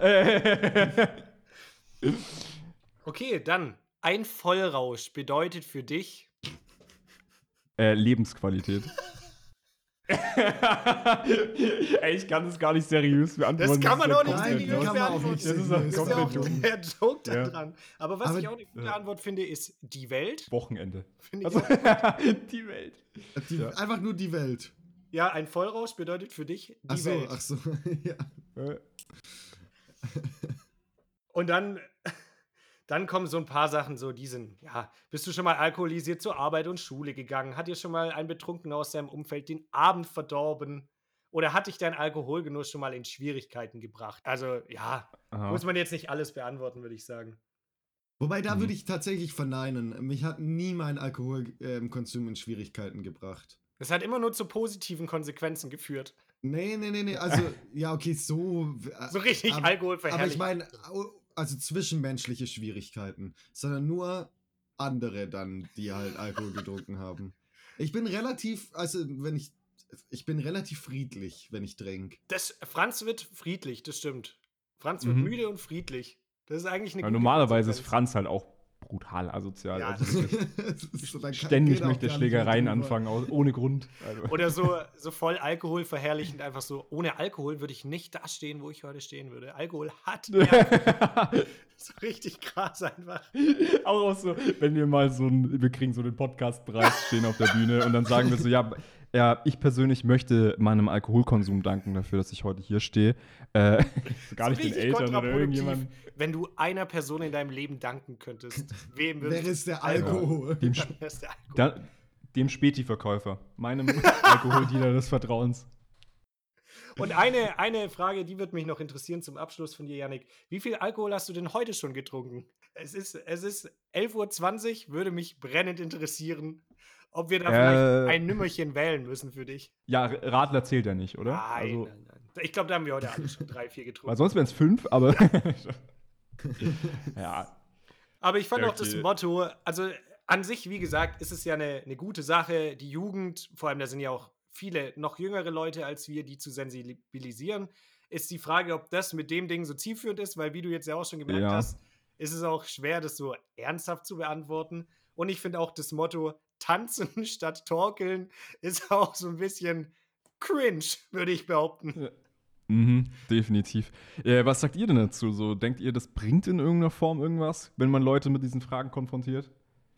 [SPEAKER 1] Okay, dann. Ein Vollrausch bedeutet für dich
[SPEAKER 3] Äh, Lebensqualität. Ey, ich kann das gar nicht seriös beantworten.
[SPEAKER 1] Das kann man
[SPEAKER 3] ist
[SPEAKER 1] auch
[SPEAKER 3] ja
[SPEAKER 1] nicht
[SPEAKER 2] Nein,
[SPEAKER 3] komplett
[SPEAKER 2] die
[SPEAKER 1] seriös
[SPEAKER 2] kann man auch
[SPEAKER 1] beantworten.
[SPEAKER 2] nicht
[SPEAKER 3] Das ist auch
[SPEAKER 2] seriös
[SPEAKER 1] Das ist ja auch
[SPEAKER 3] komplett dumm.
[SPEAKER 1] der Joke da
[SPEAKER 3] Ja.
[SPEAKER 1] dran. Aber was
[SPEAKER 2] Aber-
[SPEAKER 1] ich auch eine gute
[SPEAKER 3] Ja.
[SPEAKER 1] Antwort finde, ist die Welt.
[SPEAKER 3] Wochenende.
[SPEAKER 1] Finde ich
[SPEAKER 3] Also,
[SPEAKER 1] auch.
[SPEAKER 3] die Welt.
[SPEAKER 2] Die,
[SPEAKER 3] Ja.
[SPEAKER 2] Einfach nur die Welt.
[SPEAKER 1] Ja, ein Vollrausch bedeutet für dich die
[SPEAKER 2] Ach so,
[SPEAKER 1] Welt.
[SPEAKER 2] ach so. Ja.
[SPEAKER 3] Äh,
[SPEAKER 1] Und dann, dann kommen so ein paar Sachen, so die sind, ja, bist du schon mal alkoholisiert zur Arbeit und Schule gegangen? Hat dir schon mal ein Betrunkener aus deinem Umfeld den Abend verdorben? Oder hat dich dein Alkoholgenuss schon mal in Schwierigkeiten gebracht? Also, ja,
[SPEAKER 3] aha.
[SPEAKER 1] muss man jetzt nicht alles beantworten, würde ich sagen.
[SPEAKER 2] Wobei, da
[SPEAKER 3] Mhm.
[SPEAKER 2] würde ich tatsächlich verneinen. Mich hat nie mein Alkoholkonsum in Schwierigkeiten gebracht.
[SPEAKER 1] Das hat immer nur zu positiven Konsequenzen geführt.
[SPEAKER 2] Nee, nee, nee, nee. Also, ja, okay, so. äh,
[SPEAKER 1] So richtig
[SPEAKER 2] aber,
[SPEAKER 1] Alkohol
[SPEAKER 2] aber ich
[SPEAKER 1] verherrlichen.
[SPEAKER 2] meine, also zwischenmenschliche Schwierigkeiten, sondern nur andere dann, die halt Alkohol getrunken haben. Ich bin relativ, also wenn ich, ich bin relativ friedlich, wenn ich trinke.
[SPEAKER 1] Das, Franz wird friedlich, das stimmt. Franz wird
[SPEAKER 3] Mhm.
[SPEAKER 1] müde und friedlich. Das ist eigentlich eine
[SPEAKER 3] Ja,
[SPEAKER 1] gute
[SPEAKER 3] normalerweise ist
[SPEAKER 1] Konsequenz.
[SPEAKER 3] Franz halt auch brutal asozial.
[SPEAKER 1] Ja,
[SPEAKER 3] Also wirklich
[SPEAKER 2] So, dann kann-
[SPEAKER 3] ständig
[SPEAKER 2] geht auch
[SPEAKER 3] möchte er
[SPEAKER 2] gar nicht mehr
[SPEAKER 3] Schlägereien
[SPEAKER 2] drüber.
[SPEAKER 3] anfangen, aus, ohne Grund. Also.
[SPEAKER 1] Oder so, so voll Alkohol verherrlichend, einfach so, ohne Alkohol würde ich nicht da stehen, wo ich heute stehen würde. Alkohol hat Nerven. So richtig krass einfach.
[SPEAKER 3] Auch, auch so, wenn wir mal so ein, wir kriegen so den Podcastpreis, stehen auf der Bühne und dann sagen wir so, ja, ja, ich persönlich möchte meinem Alkoholkonsum danken dafür, dass ich heute hier stehe. Äh, gar
[SPEAKER 1] So
[SPEAKER 3] nicht den
[SPEAKER 1] richtig
[SPEAKER 3] Eltern oder
[SPEAKER 1] kontraproduktiv,
[SPEAKER 3] irgendjemandem.
[SPEAKER 1] wenn du einer Person in deinem Leben danken könntest. Wem würdest
[SPEAKER 2] Wer ist der
[SPEAKER 1] Alkohol.
[SPEAKER 2] Alkohol?
[SPEAKER 3] Dem,
[SPEAKER 1] Dann
[SPEAKER 3] Sp-
[SPEAKER 1] wär's der Alkohol.
[SPEAKER 3] da, dem Späti-Verkäufer, meinem Alkoholdealer des Vertrauens.
[SPEAKER 1] Und eine, eine Frage, die wird mich noch interessieren zum Abschluss von dir, Yannick. Wie viel Alkohol hast du denn heute schon getrunken? Es ist, es ist elf Uhr zwanzig, würde mich brennend interessieren, ob wir da
[SPEAKER 3] Äh.
[SPEAKER 1] vielleicht ein Nümmerchen wählen müssen für dich.
[SPEAKER 3] Ja, Radler zählt ja nicht, oder?
[SPEAKER 1] Nein,
[SPEAKER 3] also,
[SPEAKER 1] nein, nein. Ich glaube, da haben wir heute alle schon drei, vier
[SPEAKER 3] weil
[SPEAKER 1] getrunken.
[SPEAKER 3] sonst wären es fünf, aber. ja.
[SPEAKER 1] Aber ich fand
[SPEAKER 3] Ja,
[SPEAKER 1] auch das
[SPEAKER 3] okay.
[SPEAKER 1] Motto, also an sich, wie gesagt, ist es ja eine, eine gute Sache, die Jugend, vor allem da sind ja auch viele noch jüngere Leute als wir, die zu sensibilisieren. Ist die Frage, ob das mit dem Ding so zielführend ist, weil wie du jetzt ja auch schon gemerkt
[SPEAKER 3] Ja.
[SPEAKER 1] hast, ist es auch schwer, das so ernsthaft zu beantworten. Und ich finde auch das Motto tanzen statt torkeln ist auch so ein bisschen cringe, würde ich behaupten.
[SPEAKER 3] Mhm, definitiv. Äh, was sagt ihr denn dazu? So, denkt ihr, das bringt in irgendeiner Form irgendwas, wenn man Leute mit diesen Fragen konfrontiert?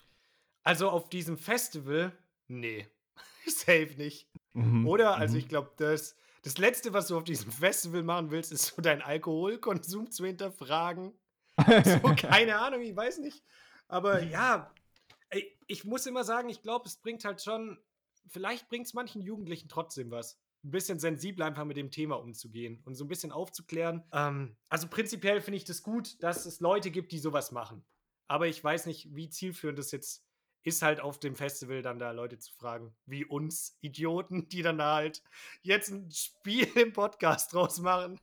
[SPEAKER 1] Also auf diesem Festival, nee, safe nicht.
[SPEAKER 3] Mhm,
[SPEAKER 1] Oder? Also
[SPEAKER 3] mhm.
[SPEAKER 1] ich glaube, das, das Letzte, was du auf diesem Festival machen willst, ist so deinen Alkoholkonsum zu hinterfragen. So, keine Ahnung, ich weiß nicht. Aber ja, ey, ich muss immer sagen, ich glaube, es bringt halt schon, vielleicht bringt es manchen Jugendlichen trotzdem was. Ein bisschen sensibel einfach mit dem Thema umzugehen und so ein bisschen aufzuklären. Ähm, also prinzipiell finde ich das gut, dass es Leute gibt, die sowas machen. Aber ich weiß nicht, wie zielführend das jetzt ist, halt auf dem Festival dann da Leute zu fragen, wie uns Idioten, die dann da halt jetzt ein Spiel im Podcast draus machen.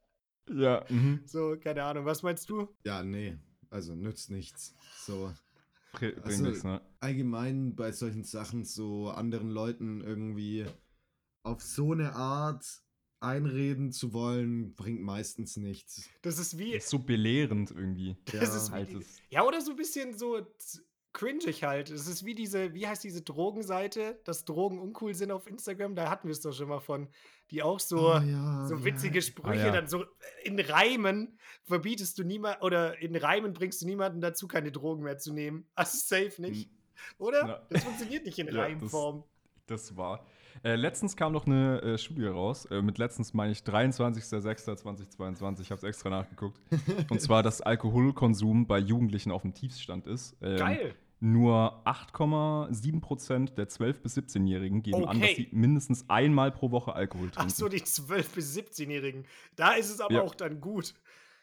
[SPEAKER 3] Ja, mhm.
[SPEAKER 1] So, keine Ahnung, was meinst du?
[SPEAKER 2] Ja, nee. Also nützt nichts. So.
[SPEAKER 3] Br- Bringt
[SPEAKER 2] Also,
[SPEAKER 3] nichts, ne?
[SPEAKER 2] allgemein bei solchen Sachen so anderen Leuten irgendwie auf so eine Art einreden zu wollen, bringt meistens nichts.
[SPEAKER 1] Das ist wie,
[SPEAKER 3] Ist so belehrend irgendwie.
[SPEAKER 1] das
[SPEAKER 2] ja,
[SPEAKER 1] ist wie
[SPEAKER 3] halt
[SPEAKER 1] die,
[SPEAKER 3] es-
[SPEAKER 1] ja, oder so ein bisschen so z- cringig halt. Es ist wie diese, wie heißt diese Drogenseite, dass Drogen uncool sind auf Instagram, da hatten wir es doch schon mal von, die auch so,
[SPEAKER 2] Oh ja,
[SPEAKER 1] so
[SPEAKER 2] wie
[SPEAKER 1] witzige
[SPEAKER 2] heißt-
[SPEAKER 1] Sprüche,
[SPEAKER 3] Ah, ja.
[SPEAKER 1] dann so in Reimen verbietest du niemand, oder in Reimen bringst du niemanden dazu, keine Drogen mehr zu nehmen. Also safe nicht, oder?
[SPEAKER 3] Ja.
[SPEAKER 1] Das funktioniert nicht in
[SPEAKER 3] Ja,
[SPEAKER 1] Reimform.
[SPEAKER 3] Das war. Äh, letztens kam noch eine äh, Studie raus. Äh, mit letztens meine ich dreiundzwanzigster sechster zweitausendzweiundzwanzig. Ich habe es extra nachgeguckt. Und zwar, dass Alkoholkonsum bei Jugendlichen auf dem Tiefstand ist. Ähm,
[SPEAKER 1] Geil.
[SPEAKER 3] Nur acht Komma sieben Prozent der zwölf- bis siebzehnjährigen geben an, dass
[SPEAKER 1] Okay.
[SPEAKER 3] sie mindestens einmal pro Woche Alkohol trinken.
[SPEAKER 1] Ach so, die zwölf- bis siebzehnjährigen. Da ist es aber
[SPEAKER 3] Ja.
[SPEAKER 1] auch dann gut.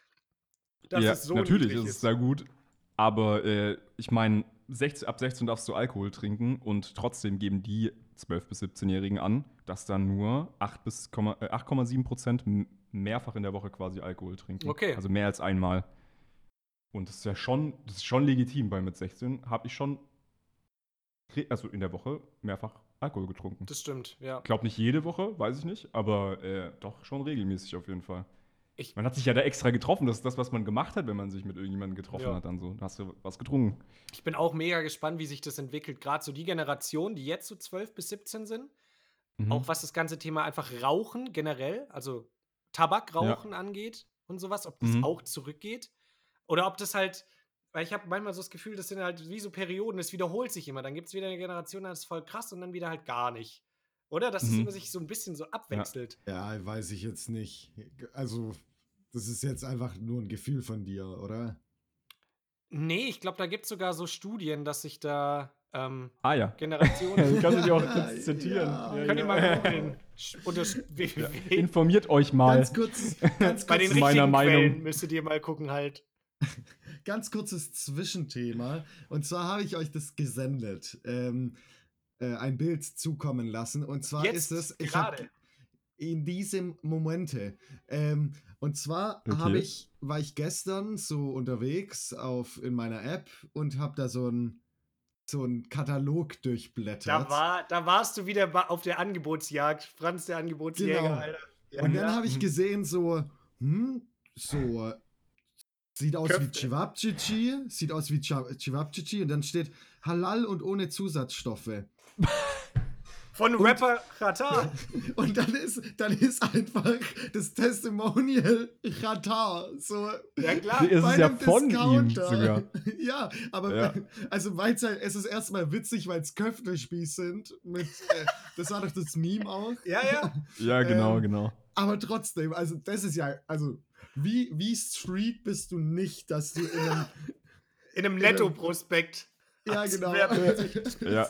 [SPEAKER 1] Dass
[SPEAKER 3] ja,
[SPEAKER 1] es so
[SPEAKER 3] natürlich
[SPEAKER 1] niedrig
[SPEAKER 3] ist es sehr gut. Aber äh, ich meine, ab sechzehn darfst du Alkohol trinken und trotzdem geben die zwölf- bis siebzehnjährigen an, dass dann nur acht Komma sieben Prozent mehrfach in der Woche quasi Alkohol trinken.
[SPEAKER 1] Okay.
[SPEAKER 3] Also mehr als einmal. Und das ist ja schon, das ist schon legitim, weil mit sechzehn habe ich schon, re- also in der Woche mehrfach Alkohol getrunken.
[SPEAKER 1] Das stimmt, ja.
[SPEAKER 3] Ich glaube nicht jede Woche, weiß ich nicht, aber äh, doch schon regelmäßig auf jeden Fall.
[SPEAKER 1] Ich,
[SPEAKER 3] Man hat sich ja da extra getroffen. Das ist das, was man gemacht hat, wenn man sich mit irgendjemandem getroffen
[SPEAKER 1] Ja.
[SPEAKER 3] hat. Dann so, da hast du was getrunken.
[SPEAKER 1] ich bin auch mega gespannt, wie sich das entwickelt. Gerade so die Generation, die jetzt so zwölf bis siebzehn sind.
[SPEAKER 3] Mhm.
[SPEAKER 1] Auch was das ganze Thema einfach Rauchen generell, also Tabakrauchen angeht und sowas, ob das
[SPEAKER 3] Mhm.
[SPEAKER 1] auch zurückgeht. Oder ob das halt, weil ich habe manchmal so das Gefühl, das sind halt wie so Perioden, es wiederholt sich immer. Dann gibt es wieder eine Generation, das ist voll krass und dann wieder halt gar nicht. Oder? Dass es
[SPEAKER 3] Mhm.
[SPEAKER 1] immer sich so ein bisschen so abwechselt.
[SPEAKER 2] Ja, weiß ich jetzt nicht. Also, das ist jetzt einfach nur ein Gefühl von dir, oder?
[SPEAKER 1] Nee, ich glaube, da gibt es sogar so Studien, dass sich da ähm,
[SPEAKER 3] Ah ja.
[SPEAKER 1] Generationen.
[SPEAKER 3] Kannst du dir auch
[SPEAKER 2] Ja,
[SPEAKER 3] kurz zitieren.
[SPEAKER 2] ja.
[SPEAKER 1] Könnt ihr mal googeln. Sch- Unter Sch- w-
[SPEAKER 3] Ja.
[SPEAKER 1] w-
[SPEAKER 3] Informiert euch mal.
[SPEAKER 2] Ganz kurz, ganz
[SPEAKER 1] Bei den
[SPEAKER 2] kurz,
[SPEAKER 3] meiner
[SPEAKER 1] richtigen
[SPEAKER 3] Meinung.
[SPEAKER 1] Quellen müsstet ihr mal gucken halt.
[SPEAKER 2] ganz kurzes Zwischenthema. Und zwar habe ich euch das gesendet. Ähm, äh, ein Bild zukommen lassen. Und zwar
[SPEAKER 1] Jetzt,
[SPEAKER 2] ist es. Ich hab,
[SPEAKER 1] gerade.
[SPEAKER 2] in diesem Momente. Ähm, und zwar
[SPEAKER 3] Okay.
[SPEAKER 2] habe ich, war ich gestern so unterwegs auf, in meiner App und habe da so einen so einen Katalog durchblättert.
[SPEAKER 1] Da, war, da warst du wieder ba- auf der Angebotsjagd. Franz, der Angebotsjäger,
[SPEAKER 2] Genau.
[SPEAKER 1] Alter. Ja,
[SPEAKER 2] und dann
[SPEAKER 1] klar.
[SPEAKER 2] habe ich
[SPEAKER 3] Mhm.
[SPEAKER 2] gesehen, so, hm, so, sieht aus wie
[SPEAKER 1] Köfte.
[SPEAKER 2] Cevapcici, sieht aus wie Cha- Cevapcici und dann steht Halal und ohne Zusatzstoffe.
[SPEAKER 1] Von
[SPEAKER 2] Und-
[SPEAKER 1] Rapper Qatar.
[SPEAKER 2] Und dann ist, dann ist einfach das Testimonial Qatar. So,
[SPEAKER 1] Ja, klar.
[SPEAKER 3] Es
[SPEAKER 2] bei
[SPEAKER 3] ist ja
[SPEAKER 2] einem
[SPEAKER 3] von ihm
[SPEAKER 2] Discounter.
[SPEAKER 3] sogar.
[SPEAKER 2] Ja, aber
[SPEAKER 3] Ja.
[SPEAKER 2] also weil's halt, es ist erstmal witzig, weil es Köftespieß sind. Mit, äh, das war doch das Meme auch.
[SPEAKER 1] Ja, ja.
[SPEAKER 3] Ja, genau,
[SPEAKER 2] Ähm,
[SPEAKER 3] genau.
[SPEAKER 2] Aber trotzdem, also das ist ja, also wie, wie Street bist du nicht, dass du in einem,
[SPEAKER 1] In einem Netto-Prospekt.
[SPEAKER 2] ja
[SPEAKER 1] als
[SPEAKER 2] genau.
[SPEAKER 1] Werbung.
[SPEAKER 3] Ja.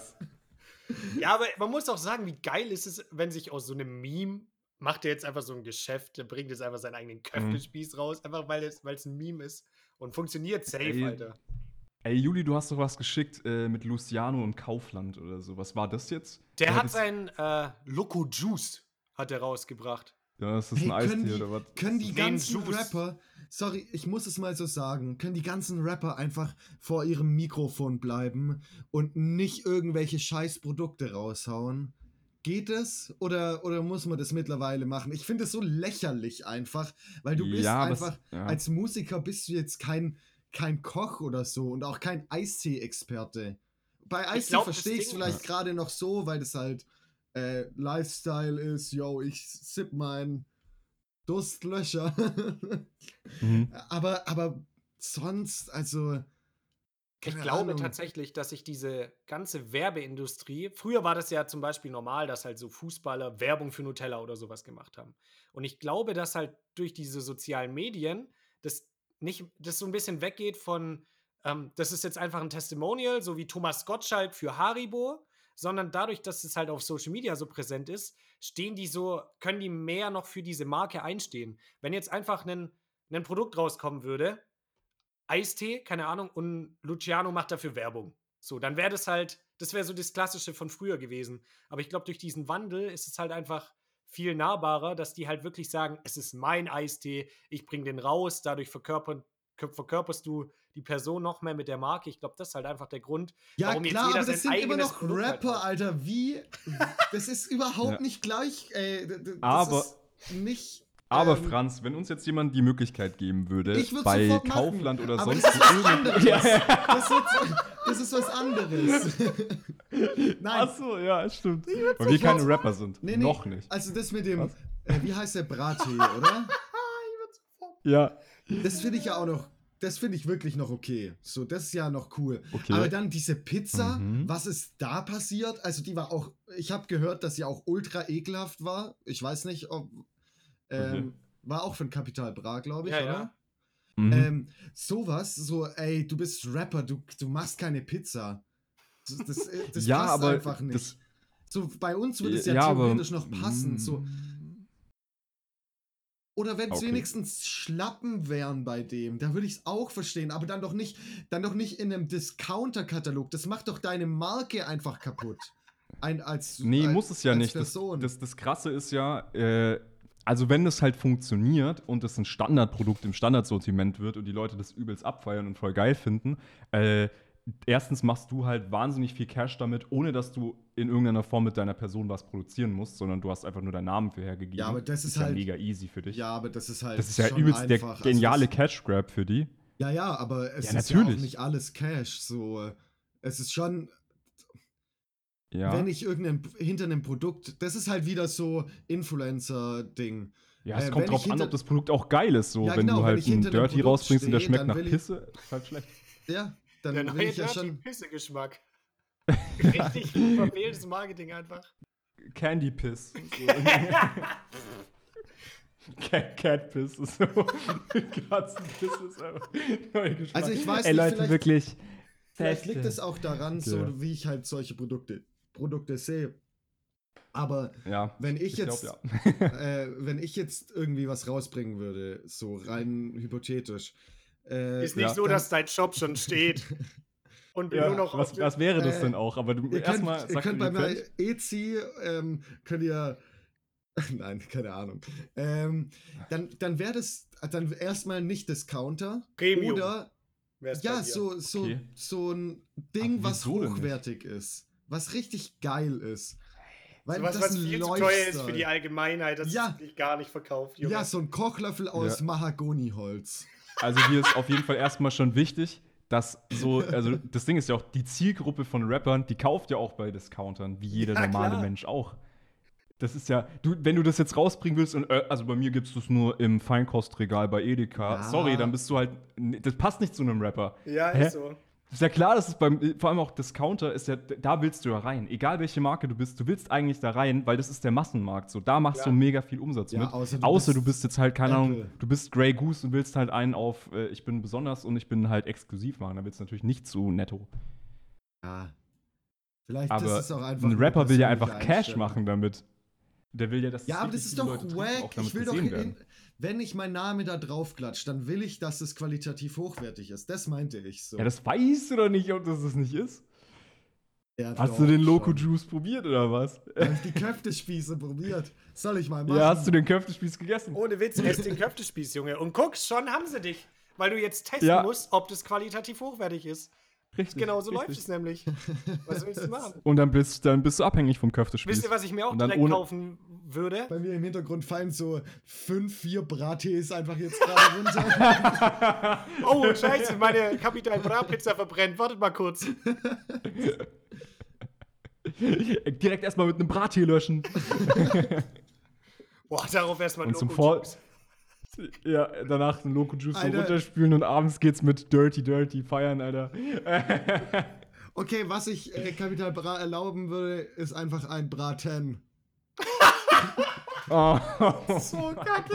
[SPEAKER 1] Ja, aber man muss auch sagen, wie geil ist es, wenn sich aus so einem Meme macht er jetzt einfach so ein Geschäft, der bringt jetzt einfach seinen eigenen Köftespieß raus, einfach weil es, weil es ein Meme ist und funktioniert safe,
[SPEAKER 3] Ey,
[SPEAKER 1] Alter.
[SPEAKER 3] Ey, Juli, du hast doch was geschickt äh, mit Luciano und Kaufland oder so. Was war das jetzt?
[SPEAKER 1] Der hat
[SPEAKER 3] jetzt-
[SPEAKER 1] sein äh, Loco Juice hat er rausgebracht.
[SPEAKER 3] Ja, ist das
[SPEAKER 2] Hey,
[SPEAKER 3] ein
[SPEAKER 2] können
[SPEAKER 3] Eistee
[SPEAKER 2] die,
[SPEAKER 3] oder was?
[SPEAKER 2] können die
[SPEAKER 1] Nee, ein
[SPEAKER 2] ganzen
[SPEAKER 1] Juice.
[SPEAKER 2] Rapper, sorry, ich muss es mal so sagen, können die ganzen Rapper einfach vor ihrem Mikrofon bleiben und nicht irgendwelche scheiß Produkte raushauen? Geht es? Oder, oder muss man das mittlerweile machen? Ich finde es so lächerlich einfach, weil du bist
[SPEAKER 3] Ja, aber es-
[SPEAKER 2] einfach,
[SPEAKER 3] ja.
[SPEAKER 2] als Musiker bist du jetzt kein, kein Koch oder so und auch kein Eistee-Experte. Bei Eistee
[SPEAKER 1] glaub, das
[SPEAKER 2] verstehe ich es
[SPEAKER 1] Ding-
[SPEAKER 2] vielleicht gerade noch so, weil das halt äh, Lifestyle ist, yo, ich sipp mein Durstlöcher.
[SPEAKER 3] Mhm.
[SPEAKER 2] aber, aber sonst, also.
[SPEAKER 1] Ich
[SPEAKER 2] keine
[SPEAKER 1] glaube
[SPEAKER 2] Ahnung.
[SPEAKER 1] tatsächlich, dass sich diese ganze Werbeindustrie, früher war das ja zum Beispiel normal, dass halt so Fußballer Werbung für Nutella oder sowas gemacht haben. Und ich glaube, dass halt durch diese sozialen Medien das nicht, das so ein bisschen weggeht von, ähm, das ist jetzt einfach ein Testimonial, so wie Thomas Gottschalk für Haribo, sondern dadurch, dass es halt auf Social Media so präsent ist, stehen die so, können die mehr noch für diese Marke einstehen. Wenn jetzt einfach ein, ein Produkt rauskommen würde, Eistee, keine Ahnung, und Luciano macht dafür Werbung. So, dann wäre das halt, das wäre so das Klassische von früher gewesen. Aber ich glaube, durch diesen Wandel ist es halt einfach viel nahbarer, dass die halt wirklich sagen, es ist mein Eistee, ich bringe den raus, dadurch verkörpern, kö- verkörperst du die Person noch mehr mit der Marke. Ich glaube, das ist halt einfach der Grund,
[SPEAKER 2] Ja,
[SPEAKER 1] warum jetzt
[SPEAKER 2] klar,
[SPEAKER 1] jeder
[SPEAKER 2] aber das
[SPEAKER 1] sein
[SPEAKER 2] sind immer
[SPEAKER 1] eigenes
[SPEAKER 2] noch
[SPEAKER 1] Produkt halt
[SPEAKER 2] Rapper,
[SPEAKER 1] hat.
[SPEAKER 2] Alter. Wie? Das ist überhaupt
[SPEAKER 3] Ja.
[SPEAKER 2] nicht gleich. Ey, d- d- das
[SPEAKER 3] Aber-
[SPEAKER 2] ist nicht.
[SPEAKER 3] Aber
[SPEAKER 2] ähm,
[SPEAKER 3] Franz, wenn uns jetzt jemand die Möglichkeit geben würde,
[SPEAKER 2] Ich würd's
[SPEAKER 3] bei
[SPEAKER 2] sofort machen,
[SPEAKER 3] Kaufland oder
[SPEAKER 2] aber
[SPEAKER 3] sonst
[SPEAKER 2] das ist was
[SPEAKER 3] wo
[SPEAKER 2] anderes.
[SPEAKER 3] irgend-
[SPEAKER 2] Das, wird, das ist was anderes. Nein,
[SPEAKER 3] Ach so, ja, stimmt. Weil wir
[SPEAKER 2] sofort-
[SPEAKER 3] keine Rapper sind.
[SPEAKER 2] nee, nee.
[SPEAKER 3] Noch nicht.
[SPEAKER 2] Also das mit dem,
[SPEAKER 3] Was?
[SPEAKER 2] äh, wie heißt der Brattee, oder?
[SPEAKER 3] Ja.
[SPEAKER 2] Das finde ich ja auch noch, das finde ich wirklich noch okay. So, das ist ja noch cool.
[SPEAKER 3] Okay.
[SPEAKER 2] Aber dann diese Pizza,
[SPEAKER 3] Mhm.
[SPEAKER 2] was ist da passiert? Also die war auch, ich habe gehört, dass sie auch ultra ekelhaft war. Ich weiß nicht, ob, ähm,
[SPEAKER 3] Okay.
[SPEAKER 2] war auch von Capital Bra, glaube ich,
[SPEAKER 1] Ja,
[SPEAKER 2] oder?
[SPEAKER 1] ja.
[SPEAKER 3] Mhm.
[SPEAKER 2] Ähm, sowas, so, ey, du bist Rapper, du, du machst keine Pizza. Das, das, äh, das
[SPEAKER 3] Ja,
[SPEAKER 2] passt
[SPEAKER 3] aber
[SPEAKER 2] einfach nicht.
[SPEAKER 3] das-
[SPEAKER 2] so, bei uns würde es ja,
[SPEAKER 3] Ja, aber-
[SPEAKER 2] theoretisch noch passen. So.
[SPEAKER 3] Mm.
[SPEAKER 2] Oder wenn es
[SPEAKER 3] Okay.
[SPEAKER 2] wenigstens Schlappen wären bei dem, da würde ich es auch verstehen, aber dann doch nicht, dann doch nicht in einem Discounter-Katalog. Das macht doch deine Marke einfach kaputt. Ein, als,
[SPEAKER 3] Nee,
[SPEAKER 2] als,
[SPEAKER 3] muss es ja
[SPEAKER 2] als
[SPEAKER 3] nicht. Das,
[SPEAKER 2] Person.
[SPEAKER 3] das, das Krasse ist ja, äh, also wenn das halt funktioniert und es ein Standardprodukt im Standardsortiment wird und die Leute das übelst abfeiern und voll geil finden, äh, erstens machst du halt wahnsinnig viel Cash damit, ohne dass du in irgendeiner Form mit deiner Person was produzieren musst, sondern du hast einfach nur deinen Namen für hergegeben.
[SPEAKER 2] Ja, aber das ist
[SPEAKER 3] ja
[SPEAKER 2] halt-
[SPEAKER 3] mega easy für dich.
[SPEAKER 2] Ja, aber das ist halt
[SPEAKER 3] das ist ja
[SPEAKER 2] schon
[SPEAKER 3] übelst der
[SPEAKER 2] einfach.
[SPEAKER 3] geniale
[SPEAKER 2] Also das,
[SPEAKER 3] Cash-Grab für die.
[SPEAKER 2] ja, ja, aber es
[SPEAKER 3] Ja,
[SPEAKER 2] ist ja auch
[SPEAKER 3] natürlich.
[SPEAKER 2] nicht alles Cash. So, äh, es ist schon,
[SPEAKER 3] Ja.
[SPEAKER 2] wenn ich irgendein hinter einem Produkt, das ist halt wieder so Influencer-Ding.
[SPEAKER 3] Ja, es
[SPEAKER 2] Äh,
[SPEAKER 3] kommt
[SPEAKER 2] wenn
[SPEAKER 3] drauf
[SPEAKER 2] ich
[SPEAKER 3] an,
[SPEAKER 2] hinter-
[SPEAKER 3] ob das Produkt auch geil ist. So,
[SPEAKER 2] Ja,
[SPEAKER 3] wenn
[SPEAKER 2] genau,
[SPEAKER 3] du
[SPEAKER 2] wenn
[SPEAKER 3] halt
[SPEAKER 2] ich
[SPEAKER 3] einen
[SPEAKER 2] hinter einem
[SPEAKER 3] Dirty
[SPEAKER 2] Produkt
[SPEAKER 3] rausbringst und der
[SPEAKER 2] stehe,
[SPEAKER 3] schmeckt
[SPEAKER 2] dann
[SPEAKER 3] nach
[SPEAKER 2] will ich-
[SPEAKER 3] Pisse, ist halt schlecht.
[SPEAKER 2] Ja, dann
[SPEAKER 1] Der
[SPEAKER 2] will
[SPEAKER 1] neue
[SPEAKER 2] ich ja
[SPEAKER 1] Dirty
[SPEAKER 2] schon.
[SPEAKER 1] Pisse-Geschmack. Richtig verfehltes Marketing einfach.
[SPEAKER 3] Candy Piss. So. Cat, Cat Piss ist so. Katzenpiss ist einfach neuer Geschmack.
[SPEAKER 2] Also ich weiß
[SPEAKER 3] Ey,
[SPEAKER 2] nicht,
[SPEAKER 3] Leute,
[SPEAKER 2] vielleicht-
[SPEAKER 3] wirklich.
[SPEAKER 2] Vielleicht
[SPEAKER 3] Beste.
[SPEAKER 2] liegt es auch daran, so
[SPEAKER 3] Ja.
[SPEAKER 2] wie ich halt solche Produkte, Produkte sehe. Aber
[SPEAKER 3] Ja,
[SPEAKER 2] wenn ich,
[SPEAKER 3] ich
[SPEAKER 2] jetzt,
[SPEAKER 3] glaub, ja.
[SPEAKER 2] äh, wenn ich jetzt irgendwie was rausbringen würde, so rein hypothetisch. Äh,
[SPEAKER 1] Ist nicht
[SPEAKER 3] Ja.
[SPEAKER 1] so,
[SPEAKER 2] dann-
[SPEAKER 1] dass dein Shop schon steht und du
[SPEAKER 3] Ja,
[SPEAKER 1] nur noch
[SPEAKER 3] was,
[SPEAKER 1] auf
[SPEAKER 3] was wäre das
[SPEAKER 2] Äh,
[SPEAKER 3] denn auch? Aber du
[SPEAKER 2] Ihr könnt,
[SPEAKER 3] erstmal
[SPEAKER 2] ihr
[SPEAKER 3] sag
[SPEAKER 2] könnt
[SPEAKER 3] mir
[SPEAKER 2] bei
[SPEAKER 3] die
[SPEAKER 2] meiner
[SPEAKER 3] Cent.
[SPEAKER 2] Etsy, ähm, könnt ihr, nein, keine Ahnung, ähm, dann, dann wäre das, dann erstmal nicht Discounter
[SPEAKER 1] Premium.
[SPEAKER 2] oder,
[SPEAKER 1] wär's bei
[SPEAKER 2] ja,
[SPEAKER 1] dir.
[SPEAKER 2] so, so,
[SPEAKER 3] Okay.
[SPEAKER 2] so ein Ding,
[SPEAKER 3] Aber
[SPEAKER 2] was
[SPEAKER 3] wieso denn nicht?
[SPEAKER 2] hochwertig ist, was richtig geil ist. Weil
[SPEAKER 1] Sowas,
[SPEAKER 2] das
[SPEAKER 1] was
[SPEAKER 2] ein
[SPEAKER 1] viel zu teuer ist für
[SPEAKER 2] Lifestyle.
[SPEAKER 1] die Allgemeinheit, das
[SPEAKER 2] Ja.
[SPEAKER 1] ist wirklich gar nicht verkauft, Junge.
[SPEAKER 2] Ja, so ein Kochlöffel aus
[SPEAKER 3] Ja.
[SPEAKER 2] Mahagoniholz.
[SPEAKER 3] Also hier ist auf jeden Fall erstmal schon wichtig, dass so, also das Ding ist ja auch, die Zielgruppe von Rappern, die kauft ja auch bei Discountern, wie jeder
[SPEAKER 1] Ja,
[SPEAKER 3] normale
[SPEAKER 1] klar.
[SPEAKER 3] Mensch auch. Das ist ja, du, wenn du das jetzt rausbringen willst, und äh, also bei mir gibst du es nur im Feinkostregal bei Edeka,
[SPEAKER 2] Ja.
[SPEAKER 3] sorry, dann bist du halt, das passt nicht zu einem Rapper.
[SPEAKER 1] Ja,
[SPEAKER 3] Hä?
[SPEAKER 1] ist so.
[SPEAKER 3] Ist ja klar, dass es beim, vor allem auch Discounter ist ja, da willst du ja rein. Egal welche Marke du bist, du willst eigentlich da rein, weil das ist der Massenmarkt. So, da machst
[SPEAKER 1] Klar.
[SPEAKER 3] du mega viel Umsatz
[SPEAKER 2] Ja,
[SPEAKER 3] mit.
[SPEAKER 2] außer du
[SPEAKER 3] Außer
[SPEAKER 2] bist
[SPEAKER 3] du bist jetzt halt, keine Ahnung,
[SPEAKER 2] Apple.
[SPEAKER 3] du bist Grey Goose und willst halt einen auf, äh, ich bin besonders und ich bin halt exklusiv machen. Da willst du natürlich nicht zu netto.
[SPEAKER 2] Ja. Vielleicht
[SPEAKER 3] Aber
[SPEAKER 2] ist es auch einfach
[SPEAKER 3] ein
[SPEAKER 2] eine
[SPEAKER 3] Rapper will ja
[SPEAKER 2] persönliche
[SPEAKER 3] einfach Cash
[SPEAKER 2] Einstellung.
[SPEAKER 3] machen damit. Der will ja, dass
[SPEAKER 2] Ja, aber
[SPEAKER 3] wirklich
[SPEAKER 2] das ist
[SPEAKER 3] viele
[SPEAKER 2] doch
[SPEAKER 3] Leute trinken,
[SPEAKER 2] wack.
[SPEAKER 3] auch damit
[SPEAKER 2] Ich will doch,
[SPEAKER 3] gesehen
[SPEAKER 2] in,
[SPEAKER 3] werden.
[SPEAKER 2] wenn ich meinen Namen da drauf klatsche, dann will ich, dass es qualitativ hochwertig ist. Das meinte ich so.
[SPEAKER 3] Ja, das weißt du doch nicht, ob das das nicht ist.
[SPEAKER 2] Ja,
[SPEAKER 3] Hast
[SPEAKER 2] doch,
[SPEAKER 3] du den Loco
[SPEAKER 2] schon.
[SPEAKER 3] Juice probiert oder was?
[SPEAKER 2] Hab ich die Köftespieße probiert. Soll ich mal machen?
[SPEAKER 3] Ja, hast du den Köftespieß gegessen?
[SPEAKER 1] Ohne Witz, ess den Köftespieß, Junge. Und guckst, schon haben sie dich. Weil du jetzt testen
[SPEAKER 3] Ja.
[SPEAKER 1] musst, ob das qualitativ hochwertig ist.
[SPEAKER 3] Richtig.
[SPEAKER 1] Genau so
[SPEAKER 3] richtig.
[SPEAKER 1] läuft es nämlich. Was willst du machen?
[SPEAKER 3] Und dann bist, dann bist du abhängig vom Köftespieß.
[SPEAKER 1] Wisst ihr, was ich mir auch
[SPEAKER 3] Und dann
[SPEAKER 1] direkt
[SPEAKER 3] ohne-
[SPEAKER 1] kaufen würde?
[SPEAKER 2] Bei mir im Hintergrund fallen so fünf, vier Bratees einfach jetzt gerade runter.
[SPEAKER 1] Oh, scheiße, meine Capital Bra Pizza verbrennt. Wartet mal kurz.
[SPEAKER 3] Direkt erstmal mit einem Brattee löschen.
[SPEAKER 1] Boah, darauf erstmal
[SPEAKER 3] Und zum
[SPEAKER 1] Loco
[SPEAKER 3] Vor-
[SPEAKER 1] Juice.
[SPEAKER 3] Ja, danach den Loco Juice so
[SPEAKER 2] Alter.
[SPEAKER 3] runterspülen und abends geht's mit Dirty Dirty feiern, Alter.
[SPEAKER 2] Okay, was ich äh, Capital Bra erlauben würde, ist einfach ein Braten.
[SPEAKER 3] Oh.
[SPEAKER 1] So kacke.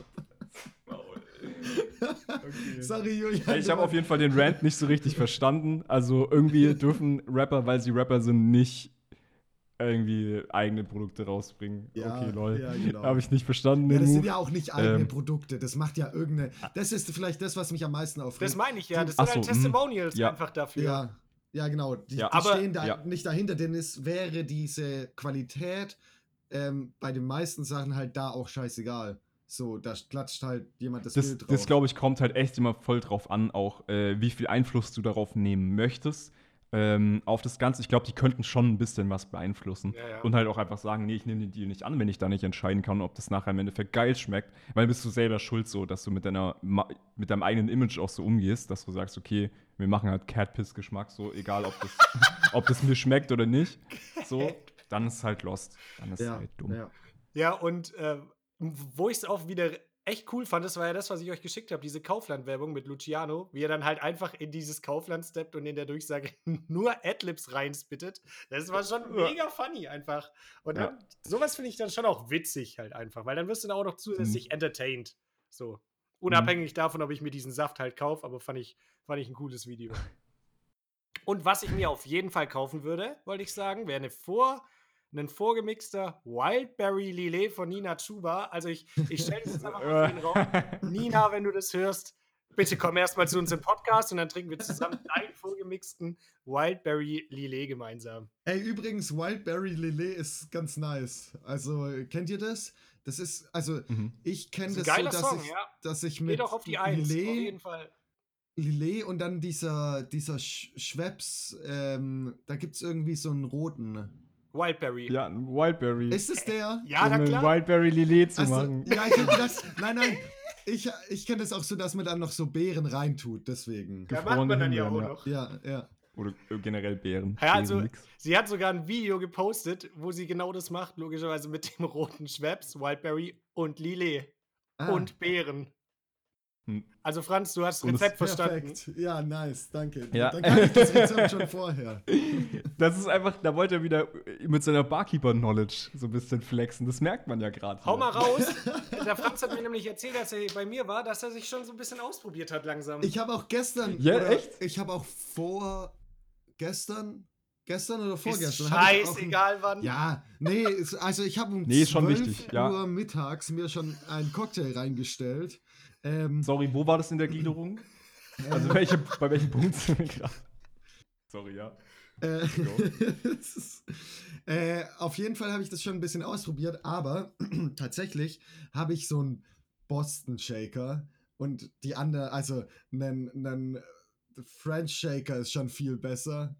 [SPEAKER 2] Sorry, Julian.
[SPEAKER 3] Ich habe auf jeden Fall den Rant nicht so richtig verstanden. Also irgendwie dürfen Rapper, weil sie Rapper sind, nicht irgendwie eigene Produkte rausbringen.
[SPEAKER 2] Ja,
[SPEAKER 3] okay, lol.
[SPEAKER 2] ja, genau.
[SPEAKER 3] Habe ich nicht verstanden.
[SPEAKER 2] Ja,
[SPEAKER 3] den
[SPEAKER 2] das sind
[SPEAKER 3] Move.
[SPEAKER 2] ja auch nicht eigene
[SPEAKER 3] Ähm.
[SPEAKER 2] Produkte. Das macht ja irgendeine. Das ist vielleicht das, was mich am meisten aufregt.
[SPEAKER 1] Das meine ich ja. Das
[SPEAKER 3] Ach
[SPEAKER 1] sind halt
[SPEAKER 3] so, mhm.
[SPEAKER 1] Testimonials
[SPEAKER 3] Ja.
[SPEAKER 1] einfach dafür.
[SPEAKER 2] Ja, ja, genau. Die,
[SPEAKER 3] Ja.
[SPEAKER 2] die
[SPEAKER 1] Aber-
[SPEAKER 2] stehen da
[SPEAKER 3] ja.
[SPEAKER 2] nicht dahinter, denn es wäre diese Qualität ähm, bei den meisten Sachen halt da auch scheißegal. So, da klatscht halt jemand das,
[SPEAKER 3] Das,
[SPEAKER 2] Bild drauf.
[SPEAKER 3] das glaube ich, kommt halt echt immer voll drauf an, auch äh, wie viel Einfluss du darauf nehmen möchtest. Ähm, auf das Ganze. Ich glaube, die könnten schon ein bisschen was beeinflussen.
[SPEAKER 1] Ja, ja.
[SPEAKER 3] Und halt auch einfach sagen, nee, ich nehme den Deal nicht an, wenn ich da nicht entscheiden kann, ob das nachher im Endeffekt geil schmeckt. Weil bist du selber schuld so, dass du mit, deiner, Ma- mit deinem eigenen Image auch so umgehst, dass du sagst, okay, wir machen halt Catpiss-Geschmack, so egal, ob das, ob das mir schmeckt oder nicht. So, dann ist halt lost. Dann ist
[SPEAKER 2] ja,
[SPEAKER 3] halt dumm.
[SPEAKER 2] ja.
[SPEAKER 1] Ja, und äh, wo ich es auch wieder echt cool fand, das war ja das, was ich euch geschickt habe, diese Kaufland-Werbung mit Luciano, wie er dann halt einfach in dieses Kaufland steppt und in der Durchsage nur Adlibs reinspittet. Das war schon
[SPEAKER 3] Ja.
[SPEAKER 1] mega funny einfach. Und dann,
[SPEAKER 3] Ja.
[SPEAKER 1] sowas finde ich dann schon auch witzig halt einfach, weil dann wirst du dann auch noch zusätzlich
[SPEAKER 3] Mhm.
[SPEAKER 1] entertained. So. Unabhängig davon, ob ich mir diesen Saft halt kaufe, aber fand ich, fand ich ein cooles Video. Und was ich mir auf jeden Fall kaufen würde, wollte ich sagen, wäre eine Vor- ein vorgemixter Wildberry Lillet von Nina Chuba. Also ich, ich stelle das jetzt einfach mal in den Raum. Nina, wenn du das hörst, bitte komm erstmal zu uns im Podcast und dann trinken wir zusammen deinen vorgemixten Wildberry Lillet gemeinsam.
[SPEAKER 2] Ey, übrigens, Wildberry Lillet ist ganz nice. Also, kennt ihr das? Das ist, also,
[SPEAKER 3] Mhm.
[SPEAKER 2] ich kenne
[SPEAKER 1] Das
[SPEAKER 2] das,
[SPEAKER 1] ist ein
[SPEAKER 2] so,
[SPEAKER 1] geiler
[SPEAKER 2] dass
[SPEAKER 1] Song,
[SPEAKER 2] ich,
[SPEAKER 1] ja.
[SPEAKER 2] dass ich mit
[SPEAKER 1] Geht auch auf die Eins, auf
[SPEAKER 2] Lillet,
[SPEAKER 1] jeden Fall.
[SPEAKER 2] Lillet und dann dieser, dieser Sch Schweppes, ähm, da gibt's irgendwie so einen roten.
[SPEAKER 1] Wildberry.
[SPEAKER 3] Ja, ein Wildberry.
[SPEAKER 2] Ist es der?
[SPEAKER 1] Ja,
[SPEAKER 3] um
[SPEAKER 1] na
[SPEAKER 3] ein
[SPEAKER 1] klar.
[SPEAKER 3] Wildberry Lillet zu
[SPEAKER 2] Also,
[SPEAKER 3] machen.
[SPEAKER 2] ja, ich hab gedacht, nein, nein, ich, ich kenne das auch so, dass man dann noch so Beeren reintut, deswegen.
[SPEAKER 1] Ja, macht
[SPEAKER 3] Gefrorene
[SPEAKER 1] man dann ja auch
[SPEAKER 3] Himbeeren, ja.
[SPEAKER 1] noch.
[SPEAKER 2] Ja, ja.
[SPEAKER 3] Oder äh, generell Beeren.
[SPEAKER 1] Ja, also,
[SPEAKER 3] Beerenmix.
[SPEAKER 1] sie hat sogar ein Video gepostet, wo sie genau das macht, logischerweise mit dem roten Schweppes, Wildberry und Lillet
[SPEAKER 2] Ah,
[SPEAKER 1] und Beeren.
[SPEAKER 3] Hm.
[SPEAKER 1] Also Franz, du hast das
[SPEAKER 3] Und es-
[SPEAKER 1] Rezept verstanden.
[SPEAKER 2] perfekt. Ja, nice, danke.
[SPEAKER 3] Ja.
[SPEAKER 2] Dann kann ich das Rezept schon vorher.
[SPEAKER 3] Das ist einfach, da wollte er wieder mit seiner Barkeeper-Knowledge so ein bisschen flexen. Das merkt man ja gerade.
[SPEAKER 1] Hau mal raus. Der Franz hat mir nämlich erzählt, als er bei mir war, dass er sich schon so ein bisschen ausprobiert hat langsam.
[SPEAKER 2] Ich habe auch gestern.
[SPEAKER 3] Ja,
[SPEAKER 2] oder
[SPEAKER 3] echt?
[SPEAKER 2] Ich habe auch vor. Gestern? Gestern oder
[SPEAKER 1] Ist
[SPEAKER 2] vorgestern? hab ich auch ein-
[SPEAKER 1] scheißegal wann.
[SPEAKER 2] Ja, nee, ist, also ich habe um
[SPEAKER 3] Nee, ist schon
[SPEAKER 2] zwölf
[SPEAKER 3] wichtig, ja.
[SPEAKER 2] Uhr mittags mir schon einen Cocktail reingestellt. Ähm,
[SPEAKER 3] Sorry, wo war das in der Gliederung? Also welche, bei welchem Punkt sind wir gerade? Sorry, ja.
[SPEAKER 2] Äh, es ist, äh, auf jeden Fall habe ich das schon ein bisschen ausprobiert, aber tatsächlich habe ich so einen Boston Shaker und die andere, also einen, einen French Shaker ist schon viel besser.